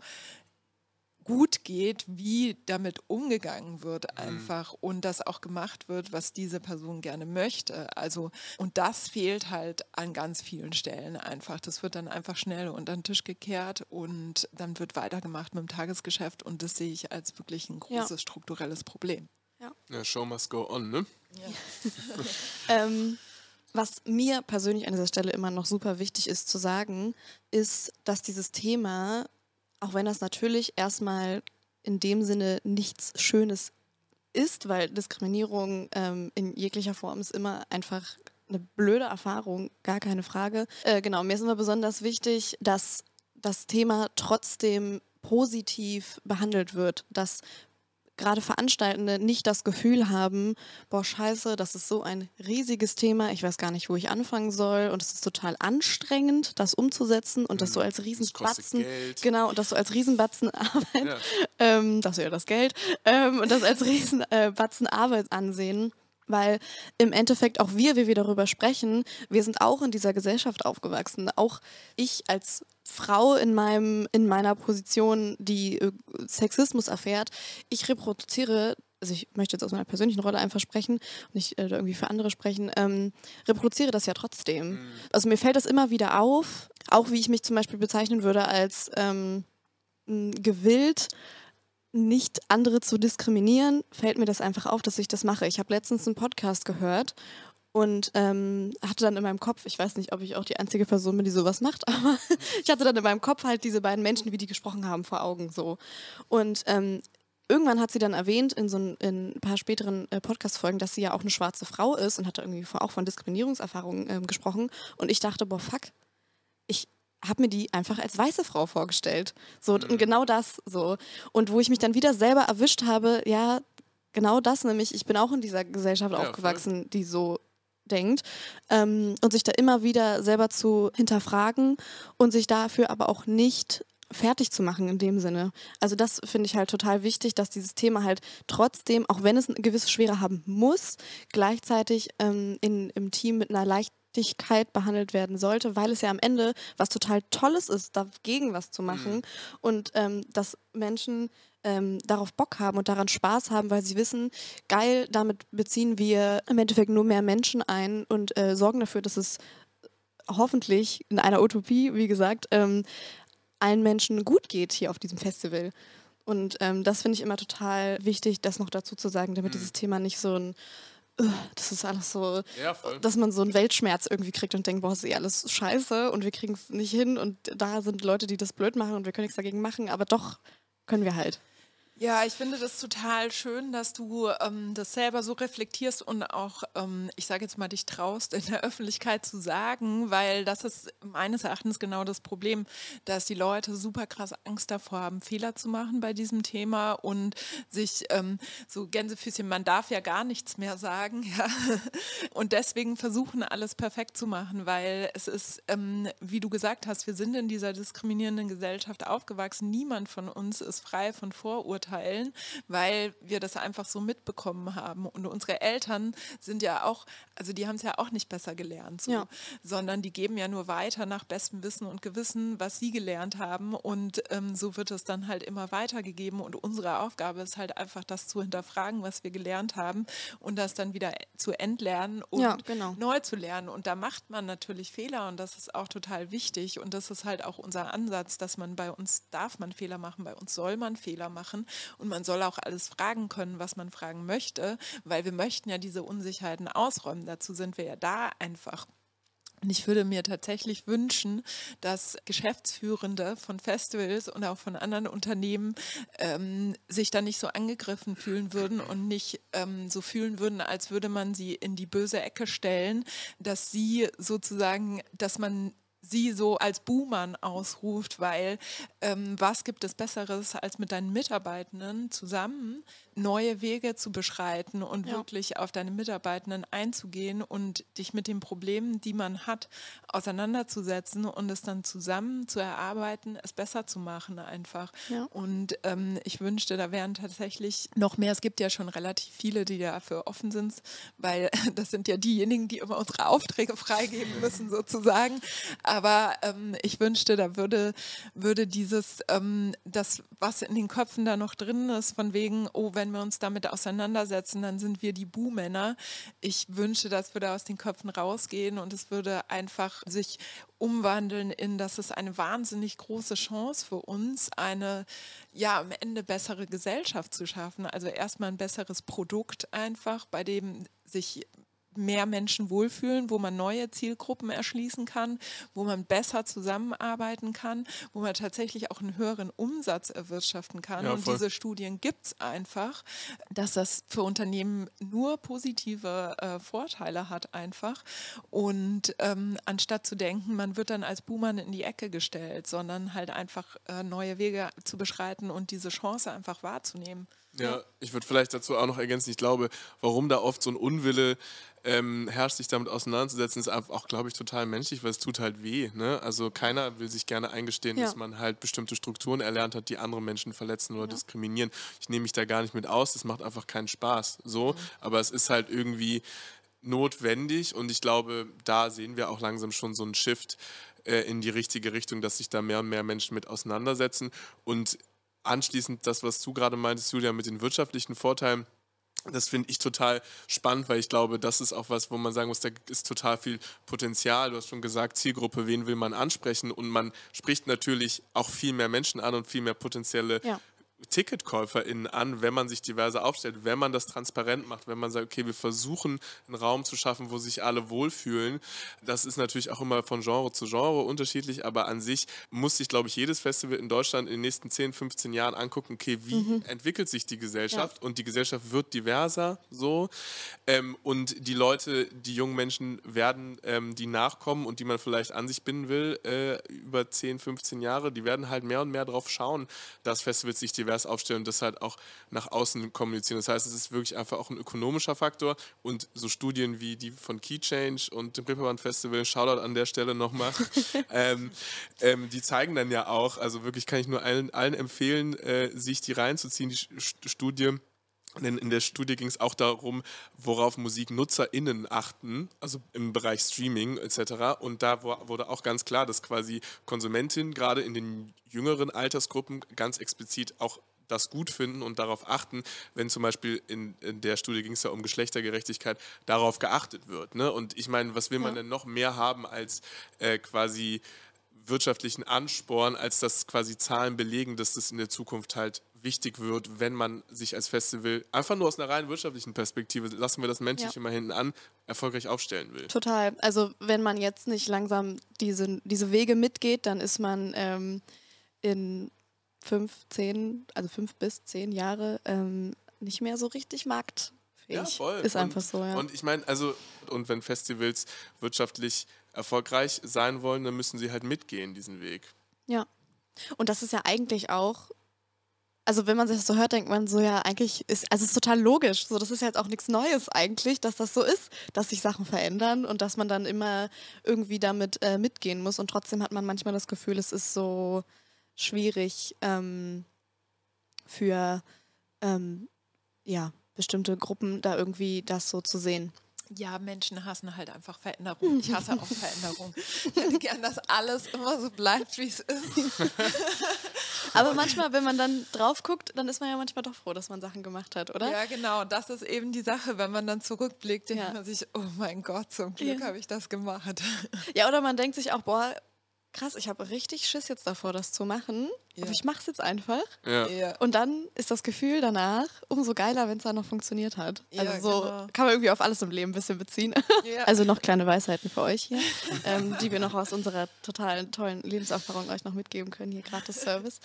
gut geht, wie damit umgegangen wird einfach mhm. und das auch gemacht wird, was diese Person gerne möchte. Also, und das fehlt halt an ganz vielen Stellen einfach. Das wird dann einfach schnell unter den Tisch gekehrt und dann wird weitergemacht mit dem Tagesgeschäft und das sehe ich als wirklich ein großes ja. strukturelles Problem. Ja. ja, Show must go on, ne? Ja. ähm, was mir persönlich an dieser Stelle immer noch super wichtig ist zu sagen, ist, dass dieses Thema Auch wenn das natürlich erstmal in dem Sinne nichts Schönes ist, weil Diskriminierung ähm, in jeglicher Form ist immer einfach eine blöde Erfahrung, gar keine Frage. Äh, genau, mir ist immer besonders wichtig, dass das Thema trotzdem positiv behandelt wird, dass gerade Veranstaltende nicht das Gefühl haben, boah, scheiße, das ist so ein riesiges Thema, ich weiß gar nicht, wo ich anfangen soll und es ist total anstrengend, das umzusetzen und das so als Riesenbatzen, genau, und das so als Riesenbatzen Arbeit, ja. ähm, das ist ja das Geld, ähm, und das als Riesenbatzen äh, Arbeit ansehen. Weil im Endeffekt auch wir, wie wir darüber sprechen, wir sind auch in dieser Gesellschaft aufgewachsen. Auch ich als Frau in meinem in meiner Position, die äh, Sexismus erfährt, ich reproduziere, also ich möchte jetzt aus meiner persönlichen Rolle einfach sprechen und nicht äh, irgendwie für andere sprechen, ähm, reproduziere das ja trotzdem. Mhm. Also mir fällt das immer wieder auf, auch wie ich mich zum Beispiel bezeichnen würde als ähm, gewillt, nicht andere zu diskriminieren, fällt mir das einfach auf, dass ich das mache. Ich habe letztens einen Podcast gehört und ähm, hatte dann in meinem Kopf, ich weiß nicht, ob ich auch die einzige Person bin, die sowas macht, aber ich hatte dann in meinem Kopf halt diese beiden Menschen, wie die gesprochen haben, vor Augen so. Und ähm, irgendwann hat sie dann erwähnt in so ein, in ein paar späteren äh, Podcast-Folgen, dass sie ja auch eine schwarze Frau ist und hat irgendwie auch von Diskriminierungserfahrungen ähm, gesprochen. Und ich dachte, boah, fuck, ich habe mir die einfach als weiße Frau vorgestellt. So, und genau das so. Und wo ich mich dann wieder selber erwischt habe, ja, genau das nämlich, ich bin auch in dieser Gesellschaft ja, aufgewachsen, voll. Die so denkt. Ähm, und sich da immer wieder selber zu hinterfragen und sich dafür aber auch nicht fertig zu machen in dem Sinne. Also das finde ich halt total wichtig, dass dieses Thema halt trotzdem, auch wenn es eine gewisse Schwere haben muss, gleichzeitig ähm, in, im Team mit einer leichten behandelt werden sollte, weil es ja am Ende was total Tolles ist, dagegen was zu machen mhm. und ähm, dass Menschen ähm, darauf Bock haben und daran Spaß haben, weil sie wissen, geil, damit beziehen wir im Endeffekt nur mehr Menschen ein und äh, sorgen dafür, dass es hoffentlich in einer Utopie, wie gesagt, ähm, allen Menschen gut geht hier auf diesem Festival. Und ähm, das finde ich immer total wichtig, das noch dazu zu sagen, damit mhm. dieses Thema nicht so ein das ist alles so, ja, dass man so einen Weltschmerz irgendwie kriegt und denkt, boah, ist eh alles scheiße und wir kriegen es nicht hin und da sind Leute, die das blöd machen und wir können nichts dagegen machen, aber doch können wir halt. Ja, ich finde das total schön, dass du ähm, das selber so reflektierst und auch, ähm, ich sage jetzt mal, dich traust, in der Öffentlichkeit zu sagen, weil das ist meines Erachtens genau das Problem, dass die Leute super krass Angst davor haben, Fehler zu machen bei diesem Thema und sich ähm, so Gänsefüßchen, man darf ja gar nichts mehr sagen, ja, und deswegen versuchen, alles perfekt zu machen, weil es ist, ähm, wie du gesagt hast, wir sind in dieser diskriminierenden Gesellschaft aufgewachsen, niemand von uns ist frei von Vorurteilen, weil wir das einfach so mitbekommen haben. Und unsere Eltern sind ja auch, also die haben es ja auch nicht besser gelernt, so, ja. sondern die geben ja nur weiter nach bestem Wissen und Gewissen, was sie gelernt haben. Und ähm, so wird es dann halt immer weitergegeben. Und unsere Aufgabe ist halt einfach, das zu hinterfragen, was wir gelernt haben und das dann wieder zu entlernen und ja, genau. neu zu lernen. Und da macht man natürlich Fehler und das ist auch total wichtig. Und das ist halt auch unser Ansatz, dass man bei uns darf man Fehler machen, bei uns soll man Fehler machen. Und man soll auch alles fragen können, was man fragen möchte, weil wir möchten ja diese Unsicherheiten ausräumen. Dazu sind wir ja da einfach. Und ich würde mir tatsächlich wünschen, dass Geschäftsführende von Festivals und auch von anderen Unternehmen ähm, sich da nicht so angegriffen fühlen würden und nicht ähm, so fühlen würden, als würde man sie in die böse Ecke stellen, dass sie sozusagen, dass man sie so als Buhmann ausruft, weil ähm, was gibt es Besseres, als mit deinen Mitarbeitenden zusammen neue Wege zu beschreiten und ja. wirklich auf deine Mitarbeitenden einzugehen und dich mit den Problemen, die man hat, auseinanderzusetzen und es dann zusammen zu erarbeiten, es besser zu machen einfach. Ja. Und ähm, ich wünschte, da wären tatsächlich noch mehr, es gibt ja schon relativ viele, die dafür offen sind, weil das sind ja diejenigen, die immer unsere Aufträge freigeben müssen sozusagen. Aber ähm, ich wünschte, da würde, würde dieses, ähm, das, was in den Köpfen da noch drin ist, von wegen, oh, wenn wir uns damit auseinandersetzen, dann sind wir die Buhmänner. Ich wünsche, dass wir da aus den Köpfen rausgehen und es würde einfach sich umwandeln in, dass es eine wahnsinnig große Chance für uns, eine ja am Ende bessere Gesellschaft zu schaffen. Also erstmal ein besseres Produkt einfach, bei dem sich mehr Menschen wohlfühlen, wo man neue Zielgruppen erschließen kann, wo man besser zusammenarbeiten kann, wo man tatsächlich auch einen höheren Umsatz erwirtschaften kann. Ja, und voll. diese Studien gibt es einfach, dass das für Unternehmen nur positive äh, Vorteile hat einfach. Und ähm, anstatt zu denken, man wird dann als Buhmann in die Ecke gestellt, sondern halt einfach äh, neue Wege zu beschreiten und diese Chance einfach wahrzunehmen. Ja, ich würde vielleicht dazu auch noch ergänzen, ich glaube, warum da oft so ein Unwille ähm, herrscht, sich damit auseinanderzusetzen, ist einfach auch, glaube ich, total menschlich, weil es tut halt weh. Ne? Also keiner will sich gerne eingestehen, Ja. dass man halt bestimmte Strukturen erlernt hat, die andere Menschen verletzen oder ja. diskriminieren. Ich nehme mich da gar nicht mit aus, das macht einfach keinen Spaß. So, mhm. aber es ist halt irgendwie notwendig und ich glaube, da sehen wir auch langsam schon so einen Shift äh, in die richtige Richtung, dass sich da mehr und mehr Menschen mit auseinandersetzen und anschließend das, was du gerade meintest, Julia, mit den wirtschaftlichen Vorteilen, das finde ich total spannend, weil ich glaube, das ist auch was, wo man sagen muss, da ist total viel Potenzial. Du hast schon gesagt, Zielgruppe, wen will man ansprechen? Und man spricht natürlich auch viel mehr Menschen an und viel mehr potenzielle ja. TicketkäuferInnen an, wenn man sich diverser aufstellt, wenn man das transparent macht, wenn man sagt, okay, wir versuchen einen Raum zu schaffen, wo sich alle wohlfühlen. Das ist natürlich auch immer von Genre zu Genre unterschiedlich, aber an sich muss sich, glaube ich, jedes Festival in Deutschland in den nächsten zehn, fünfzehn Jahren angucken, okay, wie mhm. entwickelt sich die Gesellschaft ja. und die Gesellschaft wird diverser so ähm, und die Leute, die jungen Menschen werden, ähm, die nachkommen und die man vielleicht an sich binden will, äh, über zehn, fünfzehn Jahre, die werden halt mehr und mehr drauf schauen, dass Festivals sich divers aufstellen und das halt auch nach außen kommunizieren. Das heißt, es ist wirklich einfach auch ein ökonomischer Faktor und so Studien wie die von Key Change und dem Reeperbahn Festival, Shoutout an der Stelle nochmal, ähm, ähm, die zeigen dann ja auch, also wirklich kann ich nur allen, allen empfehlen, äh, sich die reinzuziehen, die St- Studie. Denn in der Studie ging es auch darum, worauf MusiknutzerInnen achten, also im Bereich Streaming et cetera. Und da wurde auch ganz klar, dass quasi Konsumentinnen gerade in den jüngeren Altersgruppen ganz explizit auch das gut finden und darauf achten, wenn zum Beispiel in, in der Studie ging es ja um Geschlechtergerechtigkeit, darauf geachtet wird. Ne? Und ich meine, was will man ja. denn noch mehr haben als äh, quasi wirtschaftlichen Ansporn, als dass quasi Zahlen belegen, dass das in der Zukunft halt wichtig wird, wenn man sich als Festival einfach nur aus einer rein wirtschaftlichen Perspektive, lassen wir das Menschliche ja. mal hinten an, erfolgreich aufstellen will. Total. Also wenn man jetzt nicht langsam diese, diese Wege mitgeht, dann ist man ähm, in fünf, zehn, also fünf bis zehn Jahre ähm, nicht mehr so richtig marktfähig. Ja, voll. Ist und, einfach so, ja. Und ich meine, also, und wenn Festivals wirtschaftlich erfolgreich sein wollen, dann müssen sie halt mitgehen, diesen Weg. Ja. Und das ist ja eigentlich auch, also wenn man sich das so hört, denkt man so, ja, eigentlich ist, also es ist total logisch, so, das ist ja jetzt auch nichts Neues eigentlich, dass das so ist, dass sich Sachen verändern und dass man dann immer irgendwie damit äh, mitgehen muss und trotzdem hat man manchmal das Gefühl, es ist so schwierig ähm, für ähm, ja, bestimmte Gruppen da irgendwie das so zu sehen. Ja, Menschen hassen halt einfach Veränderung. Ich hasse auch Veränderung. Ich hätte gern, dass alles immer so bleibt, wie es ist. Aber manchmal, wenn man dann drauf guckt, dann ist man ja manchmal doch froh, dass man Sachen gemacht hat, oder? Ja, genau. Das ist eben die Sache. Wenn man dann zurückblickt, denkt ja. man sich, oh mein Gott, zum Glück ja. habe ich das gemacht. Ja, oder man denkt sich auch, boah, krass, ich habe richtig Schiss jetzt davor, das zu machen. Ja. Aber ich mache es jetzt einfach. Ja. Ja. Und dann ist das Gefühl danach umso geiler, wenn es dann noch funktioniert hat. Ja, also so genau. kann man irgendwie auf alles im Leben ein bisschen beziehen. Ja. Also noch kleine Weisheiten für euch hier, ähm, die wir noch aus unserer totalen tollen Lebenserfahrung euch noch mitgeben können. Hier gratis Service.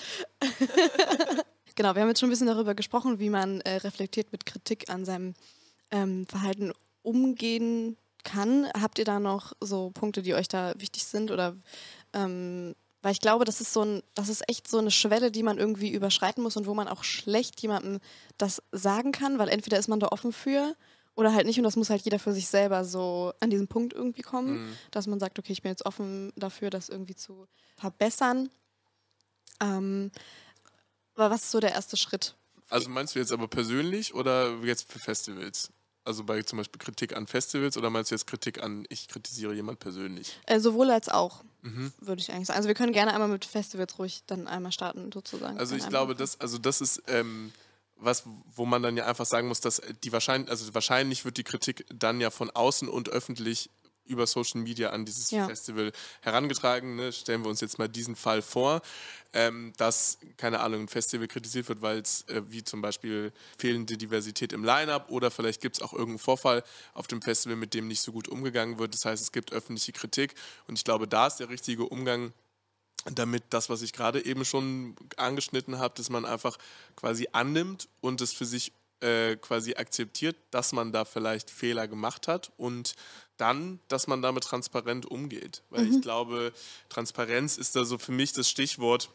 Genau, wir haben jetzt schon ein bisschen darüber gesprochen, wie man äh, reflektiert mit Kritik an seinem ähm, Verhalten umgehen kann. Habt ihr da noch so Punkte, die euch da wichtig sind oder Ähm, weil ich glaube, das ist so ein, das ist echt so eine Schwelle, die man irgendwie überschreiten muss und wo man auch schlecht jemandem das sagen kann, weil entweder ist man da offen für oder halt nicht und das muss halt jeder für sich selber so an diesen Punkt irgendwie kommen, mhm. dass man sagt, okay, ich bin jetzt offen dafür, das irgendwie zu verbessern. Ähm, aber was ist so der erste Schritt? Also meinst du jetzt aber persönlich oder jetzt für Festivals? Also bei zum Beispiel Kritik an Festivals oder meinst du jetzt Kritik an, ich kritisiere jemand persönlich? Äh, sowohl als auch, mhm. würde ich eigentlich sagen. Also wir können gerne einmal mit Festivals ruhig dann einmal starten, sozusagen. Also ich glaube, das, also das ist ähm, was, wo man dann ja einfach sagen muss, dass die wahrscheinlich, also wahrscheinlich wird die Kritik dann ja von außen und öffentlich über Social Media an dieses Ja. Festival herangetragen. Ne? Stellen wir uns jetzt mal diesen Fall vor, ähm, dass, keine Ahnung, ein Festival kritisiert wird, weil es äh, wie zum Beispiel fehlende Diversität im Line-Up oder vielleicht gibt es auch irgendeinen Vorfall auf dem Festival, mit dem nicht so gut umgegangen wird. Das heißt, es gibt öffentliche Kritik und ich glaube, da ist der richtige Umgang damit das, was ich gerade eben schon angeschnitten habe, dass man einfach quasi annimmt und es für sich äh, quasi akzeptiert, dass man da vielleicht Fehler gemacht hat und dann, dass man damit transparent umgeht. Weil Mhm. ich glaube, Transparenz ist da so für mich das Stichwort,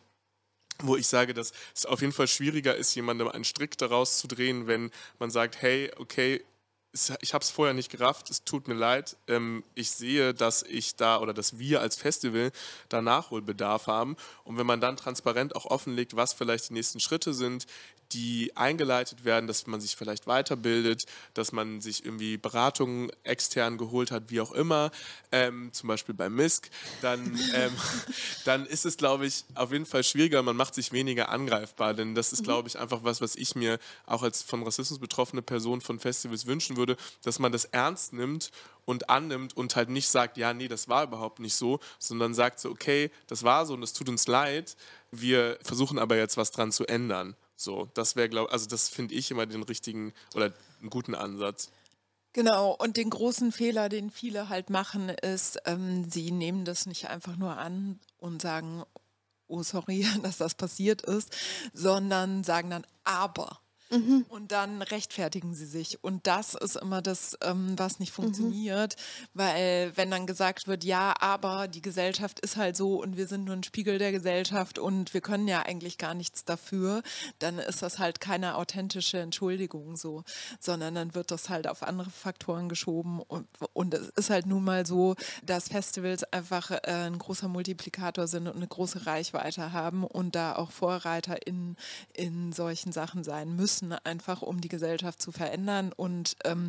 wo ich sage, dass es auf jeden Fall schwieriger ist, jemandem einen Strick daraus zu drehen, wenn man sagt, hey, okay, es- ich habe es vorher nicht gerafft, es tut mir leid. Ähm, ich sehe, dass ich da oder dass wir als Festival da Nachholbedarf haben. Und wenn man dann transparent auch offenlegt, was vielleicht die nächsten Schritte sind, die eingeleitet werden, dass man sich vielleicht weiterbildet, dass man sich irgendwie Beratungen extern geholt hat, wie auch immer, ähm, zum Beispiel bei M I S C, dann, ähm, dann ist es, glaube ich, auf jeden Fall schwieriger. Man macht sich weniger angreifbar, denn das ist, glaube ich, einfach was, was ich mir auch als von Rassismus betroffene Person von Festivals wünschen würde, dass man das ernst nimmt und annimmt und halt nicht sagt, ja, nee, das war überhaupt nicht so, sondern sagt so, okay, das war so und es tut uns leid, wir versuchen aber jetzt was dran zu ändern. So, das wäre, glaube also das finde ich immer den richtigen oder einen guten Ansatz. Genau, und den großen Fehler, den viele halt machen, ist, ähm, sie nehmen das nicht einfach nur an und sagen, oh sorry, dass das passiert ist, sondern sagen dann aber. Mhm. Und dann rechtfertigen sie sich. Und das ist immer das, ähm, was nicht Mhm. funktioniert, weil wenn dann gesagt wird, ja, aber die Gesellschaft ist halt so und wir sind nur ein Spiegel der Gesellschaft und wir können ja eigentlich gar nichts dafür, dann ist das halt keine authentische Entschuldigung so, sondern dann wird das halt auf andere Faktoren geschoben. Und, und es ist halt nun mal so, dass Festivals einfach äh, ein großer Multiplikator sind und eine große Reichweite haben und da auch Vorreiter in, in solchen Sachen sein müssen, einfach um die Gesellschaft zu verändern. Und ähm,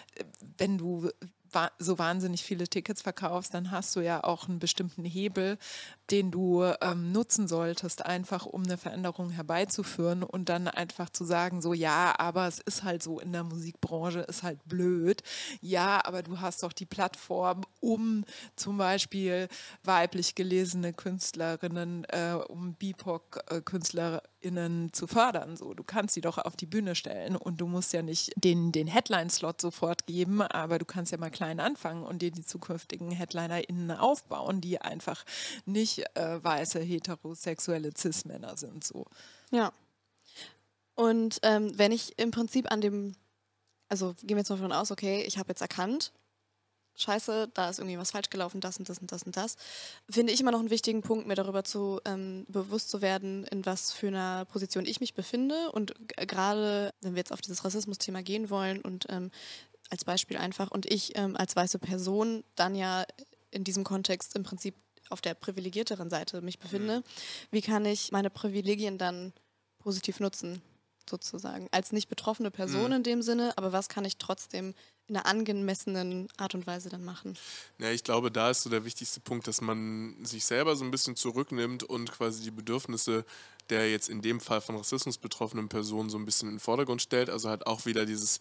wenn du wa- so wahnsinnig viele Tickets verkaufst, dann hast du ja auch einen bestimmten Hebel, den du ähm, nutzen solltest, einfach um eine Veränderung herbeizuführen und dann einfach zu sagen, so ja, aber es ist halt so in der Musikbranche, ist halt blöd. Ja, aber du hast doch die Plattform, um zum Beispiel weiblich gelesene Künstlerinnen, äh, um B I P O C-KünstlerInnen zu fördern. So, du kannst sie doch auf die Bühne stellen und du musst ja nicht den, den Headline-Slot sofort geben, aber du kannst ja mal klein anfangen und dir die zukünftigen HeadlinerInnen aufbauen, die einfach nicht äh, weiße, heterosexuelle Cis-Männer sind. So. Ja. Und ähm, wenn ich im Prinzip an dem, also gehen wir jetzt mal davon aus, okay, ich habe jetzt erkannt, scheiße, da ist irgendwie was falsch gelaufen, das und das und das und das, finde ich immer noch einen wichtigen Punkt, mir darüber zu ähm, bewusst zu werden, in was für einer Position ich mich befinde. Und g- gerade, wenn wir jetzt auf dieses Rassismus-Thema gehen wollen und ähm, als Beispiel einfach, und ich ähm, als weiße Person dann ja in diesem Kontext im Prinzip auf der privilegierteren Seite mich befinde, wie kann ich meine Privilegien dann positiv nutzen, sozusagen, als nicht betroffene Person Mhm. in dem Sinne, aber was kann ich trotzdem in einer angemessenen Art und Weise dann machen? Ja, ich glaube, da ist so der wichtigste Punkt, dass man sich selber so ein bisschen zurücknimmt und quasi die Bedürfnisse der jetzt in dem Fall von Rassismus betroffenen Personen so ein bisschen in den Vordergrund stellt. Also halt auch wieder dieses,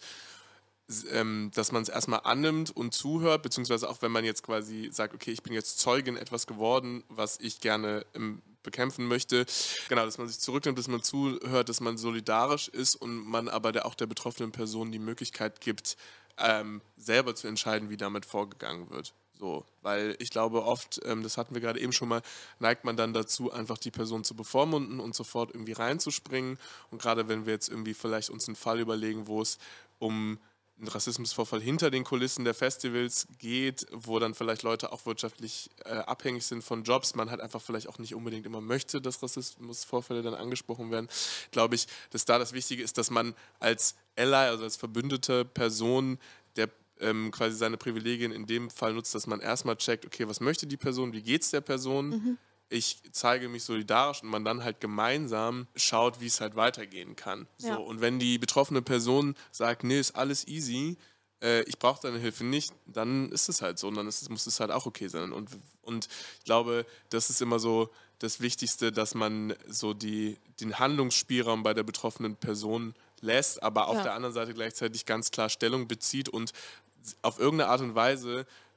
s- ähm, dass man es erstmal annimmt und zuhört, beziehungsweise auch wenn man jetzt quasi sagt, okay, ich bin jetzt Zeugin etwas geworden, was ich gerne ähm, bekämpfen möchte. Genau, dass man sich zurücknimmt, dass man zuhört, dass man solidarisch ist und man aber der, auch der betroffenen Person die Möglichkeit gibt, ähm, selber zu entscheiden, wie damit vorgegangen wird. So, weil ich glaube oft, ähm, das hatten wir gerade eben schon mal, neigt man dann dazu, einfach die Person zu bevormunden und sofort irgendwie reinzuspringen. Und gerade wenn wir jetzt irgendwie vielleicht uns einen Fall überlegen, wo es um einen Rassismusvorfall hinter den Kulissen der Festivals geht, wo dann vielleicht Leute auch wirtschaftlich äh, abhängig sind von Jobs, man halt einfach vielleicht auch nicht unbedingt immer möchte, dass Rassismusvorfälle dann angesprochen werden, glaube ich, dass da das Wichtige ist, dass man als Ally, also als verbündete Person, der ähm, quasi seine Privilegien in dem Fall nutzt, dass man erstmal checkt, okay, was möchte die Person, wie geht es der Person, Mhm. ich zeige mich solidarisch und man dann halt gemeinsam schaut, wie es halt weitergehen kann. So, Ja. und wenn die betroffene Person sagt, nee, ist alles easy, äh, ich brauche deine Hilfe nicht, dann ist es halt so und dann ist es, muss es halt auch okay sein. Und, und ich glaube, das ist immer so das Wichtigste, dass man so die, den Handlungsspielraum bei der betroffenen Person lässt, aber auf Ja. der anderen Seite gleichzeitig ganz klar Stellung bezieht und auf irgendeine Art und Weise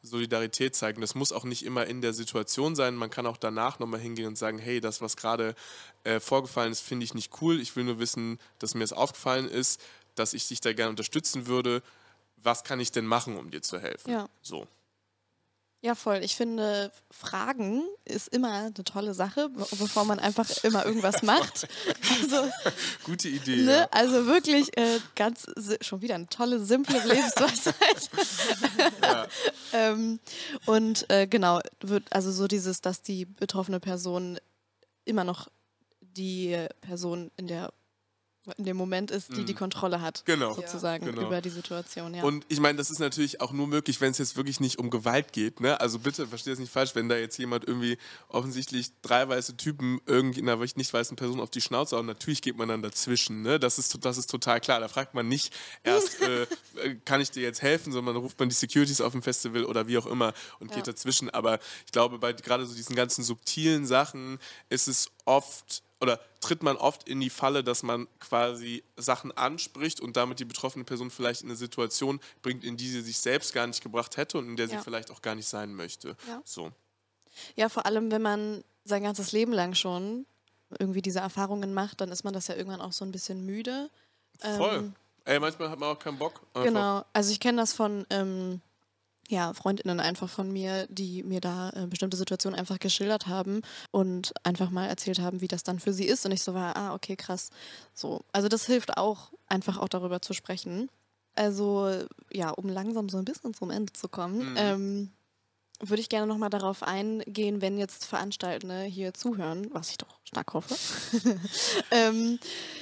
Solidarität zeigen. Das muss auch nicht immer in der Situation sein. Man kann auch danach nochmal hingehen und sagen, hey, das, was gerade äh, vorgefallen ist, finde ich nicht cool. Ich will nur wissen, dass mir es aufgefallen ist, dass ich dich da gerne unterstützen würde. Was kann ich denn machen, um dir zu helfen? Ja. So. Ja, voll. Ich finde, Fragen ist immer eine tolle Sache, bevor man einfach immer irgendwas macht. Also, Gute Idee. ne? Ja. Also wirklich äh, ganz, si- schon wieder eine tolle, simple Lebensweisheit. Ja. ähm, und äh, genau, wird also so dieses, dass die betroffene Person immer noch die Person in der in dem Moment ist, die die Kontrolle hat, Genau. sozusagen, Genau. über die Situation. Ja. Und ich meine, das ist natürlich auch nur möglich, wenn es jetzt wirklich nicht um Gewalt geht. Ne? Also bitte, verstehe das nicht falsch, wenn da jetzt jemand irgendwie offensichtlich drei weiße Typen irgendwie einer nicht weißen Person auf die Schnauze hauen, natürlich geht man dann dazwischen. Ne? Das ist, das ist total klar. Da fragt man nicht erst, äh, äh, kann ich dir jetzt helfen, sondern ruft man die Securities auf dem Festival oder wie auch immer und Ja. geht dazwischen. Aber ich glaube, bei gerade so diesen ganzen subtilen Sachen ist es oft oder tritt man oft in die Falle, dass man quasi Sachen anspricht und damit die betroffene Person vielleicht in eine Situation bringt, in die sie sich selbst gar nicht gebracht hätte und in der sie Ja. vielleicht auch gar nicht sein möchte. Ja. So. Ja, vor allem, wenn man sein ganzes Leben lang schon irgendwie diese Erfahrungen macht, dann ist man das ja irgendwann auch so ein bisschen müde. Voll. Ähm, Ey, manchmal hat man auch keinen Bock. Einfach. Genau, also ich kenne das von ähm, ja, FreundInnen einfach von mir, die mir da äh, bestimmte Situationen einfach geschildert haben und einfach mal erzählt haben, wie das dann für sie ist. Und ich so war, ah, okay, krass. So. Also das hilft auch, einfach auch darüber zu sprechen. Also, ja, um langsam so ein bisschen zum Ende zu kommen, Mhm. ähm, würde ich gerne nochmal darauf eingehen, wenn jetzt Veranstaltende hier zuhören, was ich doch stark hoffe. ähm,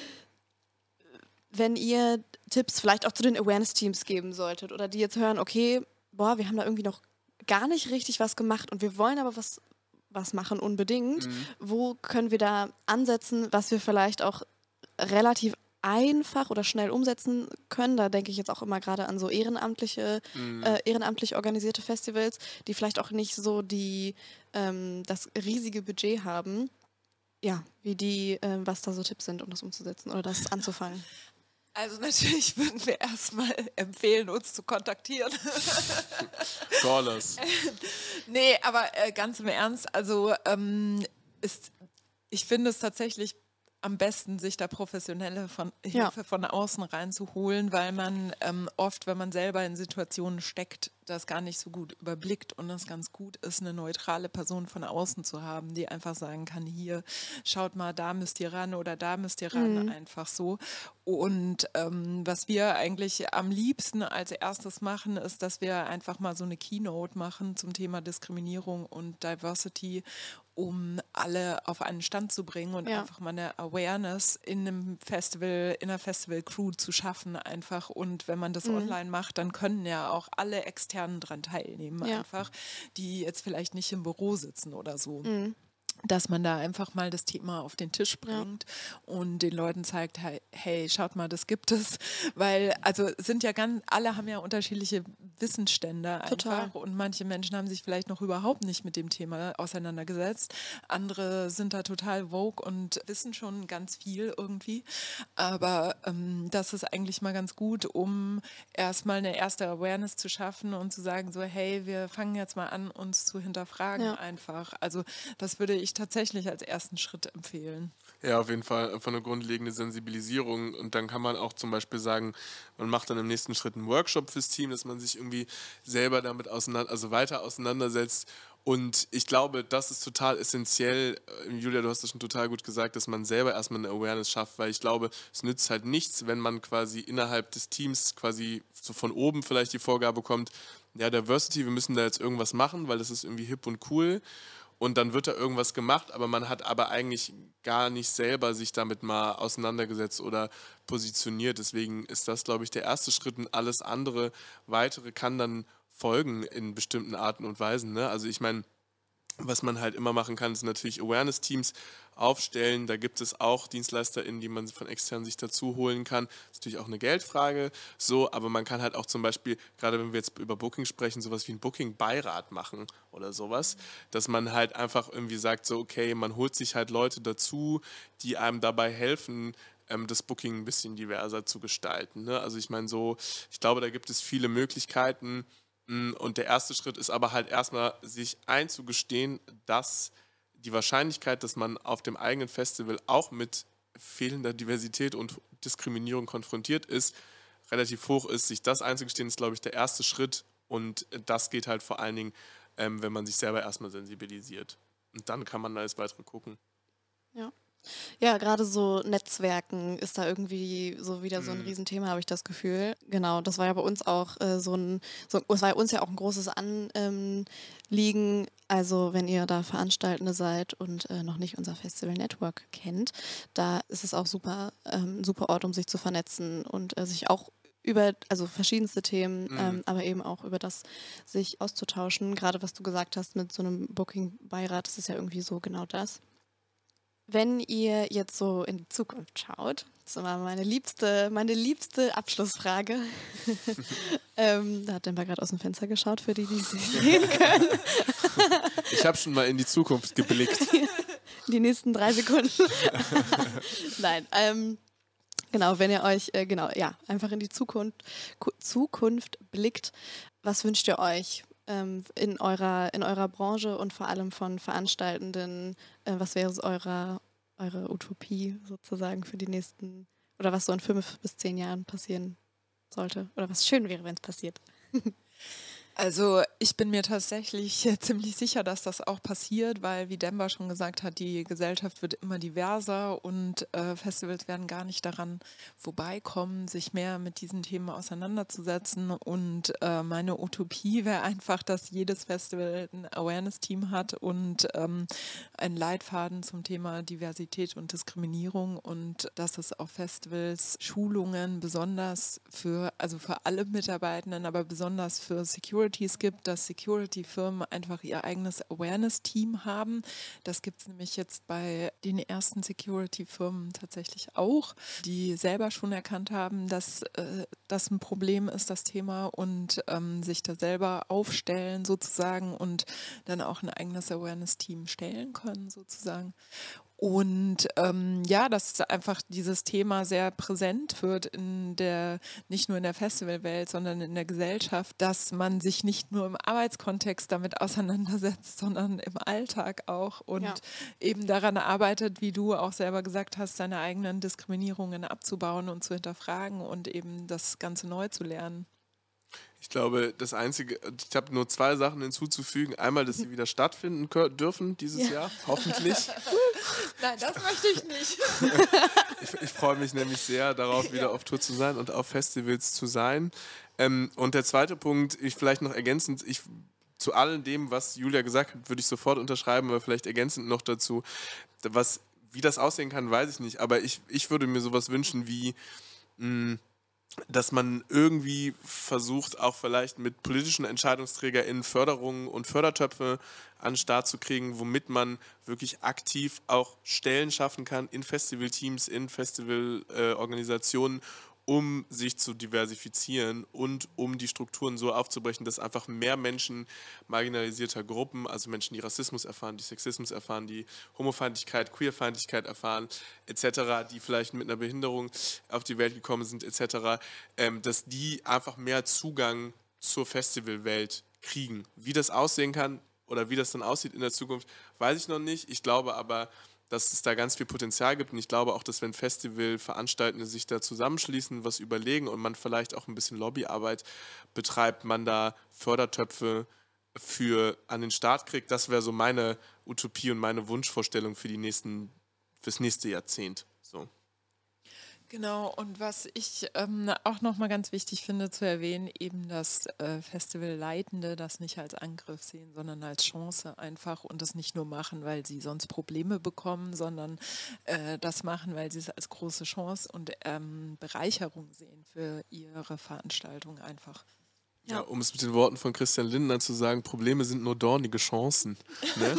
wenn ihr Tipps vielleicht auch zu den Awareness-Teams geben solltet oder die jetzt hören, okay, boah, wir haben da irgendwie noch gar nicht richtig was gemacht und wir wollen aber was, was machen unbedingt. Mhm. Wo können wir da ansetzen, was wir vielleicht auch relativ einfach oder schnell umsetzen können? Da denke ich jetzt auch immer gerade an so ehrenamtliche, Mhm. äh, ehrenamtlich organisierte Festivals, die vielleicht auch nicht so die ähm, das riesige Budget haben. Ja, wie die, ähm, was da so Tipps sind, um das umzusetzen oder das anzufangen. Also natürlich würden wir erstmal empfehlen, uns zu kontaktieren. Callers. Nee, aber äh, ganz im Ernst, also ähm, ist, ich finde es tatsächlich am besten, sich da professionelle von, Ja. Hilfe von außen reinzuholen, weil man ähm, oft, wenn man selber in Situationen steckt, das gar nicht so gut überblickt und es ganz gut ist, eine neutrale Person von außen zu haben, die einfach sagen kann, hier, schaut mal, da müsst ihr ran oder da müsst ihr ran, einfach so. Und ähm, was wir eigentlich am liebsten als erstes machen, ist, dass wir einfach mal so eine Keynote machen zum Thema Diskriminierung und Diversity, um alle auf einen Stand zu bringen und Ja. einfach mal eine Awareness in einem Festival, in einer Festival-Crew zu schaffen einfach. Und wenn man das online macht, dann können ja auch alle Externen dran teilnehmen Ja. einfach, die jetzt vielleicht nicht im Büro sitzen oder so. Mhm. Dass man da einfach mal das Thema auf den Tisch bringt und den Leuten zeigt, hey, hey, schaut mal, das gibt es. Weil, also sind ja ganz, alle haben ja unterschiedliche Wissensstände Total. einfach und manche Menschen haben sich vielleicht noch überhaupt nicht mit dem Thema auseinandergesetzt. Andere sind da total vogue und wissen schon ganz viel irgendwie. Aber ähm, das ist eigentlich mal ganz gut, um erstmal eine erste Awareness zu schaffen und zu sagen so, hey, wir fangen jetzt mal an, uns zu hinterfragen Ja. einfach. Also das würde ich tatsächlich als ersten Schritt empfehlen. Ja, auf jeden Fall einfach eine grundlegende Sensibilisierung und dann kann man auch zum Beispiel sagen, man macht dann im nächsten Schritt einen Workshop fürs Team, dass man sich irgendwie selber damit auseinander, also weiter auseinandersetzt und ich glaube, das ist total essentiell, äh, Julia, du hast das schon total gut gesagt, dass man selber erstmal eine Awareness schafft, weil ich glaube, es nützt halt nichts, wenn man quasi innerhalb des Teams quasi so von oben vielleicht die Vorgabe bekommt, ja, Diversity, wir müssen da jetzt irgendwas machen, weil das ist irgendwie hip und cool. Und dann wird da irgendwas gemacht, aber man hat aber eigentlich gar nicht selber sich damit mal auseinandergesetzt oder positioniert. Deswegen ist das, glaube ich, der erste Schritt und alles andere, weitere kann dann folgen in bestimmten Arten und Weisen. Ne? Also ich meine, was man halt immer machen kann, ist natürlich Awareness-Teams aufstellen. Da gibt es auch DienstleisterInnen, die man von extern sich dazu holen kann. Das ist natürlich auch eine Geldfrage, so, aber man kann halt auch zum Beispiel, gerade wenn wir jetzt über Booking sprechen, sowas wie ein Booking-Beirat machen oder sowas, dass man halt einfach irgendwie sagt, so okay, man holt sich halt Leute dazu, die einem dabei helfen, ähm, das Booking ein bisschen diverser zu gestalten. Ne? Also ich meine so, ich glaube, da gibt es viele Möglichkeiten, Und der erste Schritt ist aber halt erstmal, sich einzugestehen, dass die Wahrscheinlichkeit, dass man auf dem eigenen Festival auch mit fehlender Diversität und Diskriminierung konfrontiert ist, relativ hoch ist. Sich das einzugestehen, ist, glaube ich, der erste Schritt. Und das geht halt vor allen Dingen, ähm, wenn man sich selber erstmal sensibilisiert. Und dann kann man alles weitere gucken. Ja. Ja, gerade so Netzwerken ist da irgendwie so wieder so ein Mhm. Riesenthema, habe ich das Gefühl. Genau, das war ja bei uns auch äh, so ein, so, es war ja uns ja auch ein großes Anliegen. Also wenn ihr da Veranstaltende seid und äh, noch nicht unser Festival Network kennt, da ist es auch super, ähm, ein super Ort, um sich zu vernetzen und äh, sich auch über, also verschiedenste Themen, Mhm. ähm, aber eben auch über das sich auszutauschen. Gerade was du gesagt hast mit so einem Booking-Beirat, das ist ja irgendwie so genau das. Wenn ihr jetzt so in die Zukunft schaut, das ist immer meine liebste, meine liebste Abschlussfrage. ähm, da hat Demba gerade aus dem Fenster geschaut, für die, die es nicht sehen können. Ich habe schon mal in die Zukunft geblickt. Die nächsten drei Sekunden. Nein, ähm, genau, wenn ihr euch, äh, genau, ja, einfach in die Zukunft, Ku- Zukunft blickt, was wünscht ihr euch? ähm, In eurer, in eurer Branche und vor allem von Veranstaltenden, äh, was wäre so eure, eure Utopie sozusagen für die nächsten, oder was so in fünf bis zehn Jahren passieren sollte? Oder was schön wäre, wenn es passiert? Also ich bin mir tatsächlich äh, ziemlich sicher, dass das auch passiert, weil, wie Demba schon gesagt hat, die Gesellschaft wird immer diverser und äh, Festivals werden gar nicht daran vorbeikommen, sich mehr mit diesen Themen auseinanderzusetzen. Und äh, meine Utopie wäre einfach, dass jedes Festival ein Awareness-Team hat und ähm, einen Leitfaden zum Thema Diversität und Diskriminierung und dass es auf Festivals Schulungen besonders für, also für alle Mitarbeitenden, aber besonders für Security gibt, dass Security-Firmen einfach ihr eigenes Awareness-Team haben. Das gibt es nämlich jetzt bei den ersten Security-Firmen tatsächlich auch, die selber schon erkannt haben, dass äh, das ein Problem ist, das Thema, und ähm, sich da selber aufstellen sozusagen und dann auch ein eigenes Awareness-Team stellen können sozusagen. Und ähm, ja, dass einfach dieses Thema sehr präsent wird in der, nicht nur in der Festivalwelt, sondern in der Gesellschaft, dass man sich nicht nur im Arbeitskontext damit auseinandersetzt, sondern im Alltag auch und Ja. eben daran arbeitet, wie du auch selber gesagt hast, seine eigenen Diskriminierungen abzubauen und zu hinterfragen und eben das Ganze neu zu lernen. Ich glaube, das Einzige, ich habe nur zwei Sachen hinzuzufügen. Einmal, dass sie wieder stattfinden kö- dürfen dieses Ja. Jahr, hoffentlich. Nein, das möchte ich nicht. Ich, ich freue mich nämlich sehr darauf, wieder Ja. auf Tour zu sein und auf Festivals zu sein. Ähm, und der zweite Punkt, ich vielleicht noch ergänzend, ich, zu all dem, was Julia gesagt hat, würde ich sofort unterschreiben, aber vielleicht ergänzend noch dazu, was, wie das aussehen kann, weiß ich nicht. Aber ich, ich würde mir sowas wünschen wie, mh, dass man irgendwie versucht, auch vielleicht mit politischen EntscheidungsträgerInnen Förderungen und Fördertöpfe an den Start zu kriegen, womit man wirklich aktiv auch Stellen schaffen kann in Festivalteams, in Festivalorganisationen, um sich zu diversifizieren und um die Strukturen so aufzubrechen, dass einfach mehr Menschen marginalisierter Gruppen, also Menschen, die Rassismus erfahren, die Sexismus erfahren, die Homofeindlichkeit, Queerfeindlichkeit erfahren, et cetera, die vielleicht mit einer Behinderung auf die Welt gekommen sind, et cetera, ähm, dass die einfach mehr Zugang zur Festivalwelt kriegen. Wie das aussehen kann oder wie das dann aussieht in der Zukunft, weiß ich noch nicht. Ich glaube aber, dass es da ganz viel Potenzial gibt und ich glaube auch, dass wenn Festivalveranstaltende sich da zusammenschließen, was überlegen und man vielleicht auch ein bisschen Lobbyarbeit betreibt, man da Fördertöpfe für an den Start kriegt. Das wäre so meine Utopie und meine Wunschvorstellung für die nächsten, fürs nächste Jahrzehnt. So. Genau, und was ich ähm, auch nochmal ganz wichtig finde zu erwähnen, eben, dass äh, Festivalleitende das nicht als Angriff sehen, sondern als Chance einfach und das nicht nur machen, weil sie sonst Probleme bekommen, sondern äh, das machen, weil sie es als große Chance und ähm, Bereicherung sehen für ihre Veranstaltung einfach. Ja. Ja, um es mit den Worten von Christian Lindner zu sagen, Probleme sind nur dornige Chancen. Ne?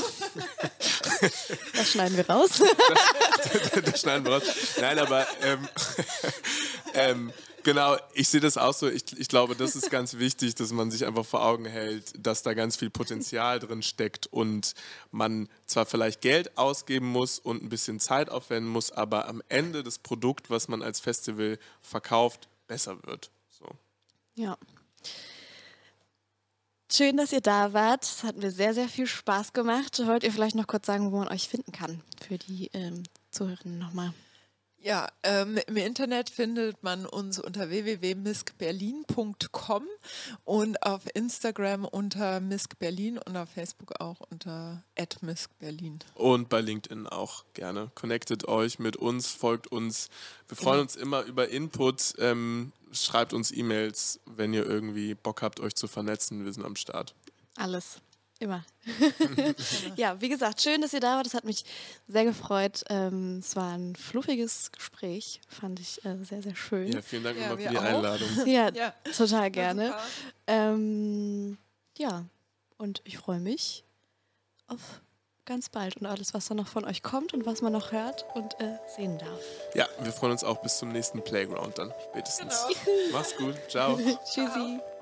Das schneiden wir raus. das, das schneiden wir raus. Nein, aber ähm, ähm, genau, ich sehe das auch so. Ich, ich glaube, das ist ganz wichtig, dass man sich einfach vor Augen hält, dass da ganz viel Potenzial drin steckt und man zwar vielleicht Geld ausgeben muss und ein bisschen Zeit aufwenden muss, aber am Ende das Produkt, was man als Festival verkauft, besser wird. So. Ja. Schön, dass ihr da wart. Es hat mir sehr, sehr viel Spaß gemacht. Wollt ihr vielleicht noch kurz sagen, wo man euch finden kann? Für die ähm, Zuhörerinnen nochmal. Ja, ähm, im Internet findet man uns unter w w w punkt misk berlin punkt com und auf Instagram unter miskberlin und auf Facebook auch unter at miskberlin. Und bei LinkedIn auch gerne. Connectet euch mit uns, folgt uns. Wir freuen Genau. uns immer über Input. Ähm, schreibt uns E-Mails, wenn ihr irgendwie Bock habt, euch zu vernetzen. Wir sind am Start. Alles. Immer. Ja, wie gesagt, schön, dass ihr da wart. Das hat mich sehr gefreut. Ähm, es war ein fluffiges Gespräch. Fand ich äh, sehr, sehr schön. Ja, vielen Dank Ja, nochmal wir für die auch. Einladung. Ja, Ja. total gerne. Super. Ähm, ja, und ich freue mich auf ganz bald und alles, was da noch von euch kommt und was man noch hört und äh, sehen darf. Ja, wir freuen uns auch bis zum nächsten Playground dann spätestens. Genau. Mach's gut. Ciao. Tschüssi.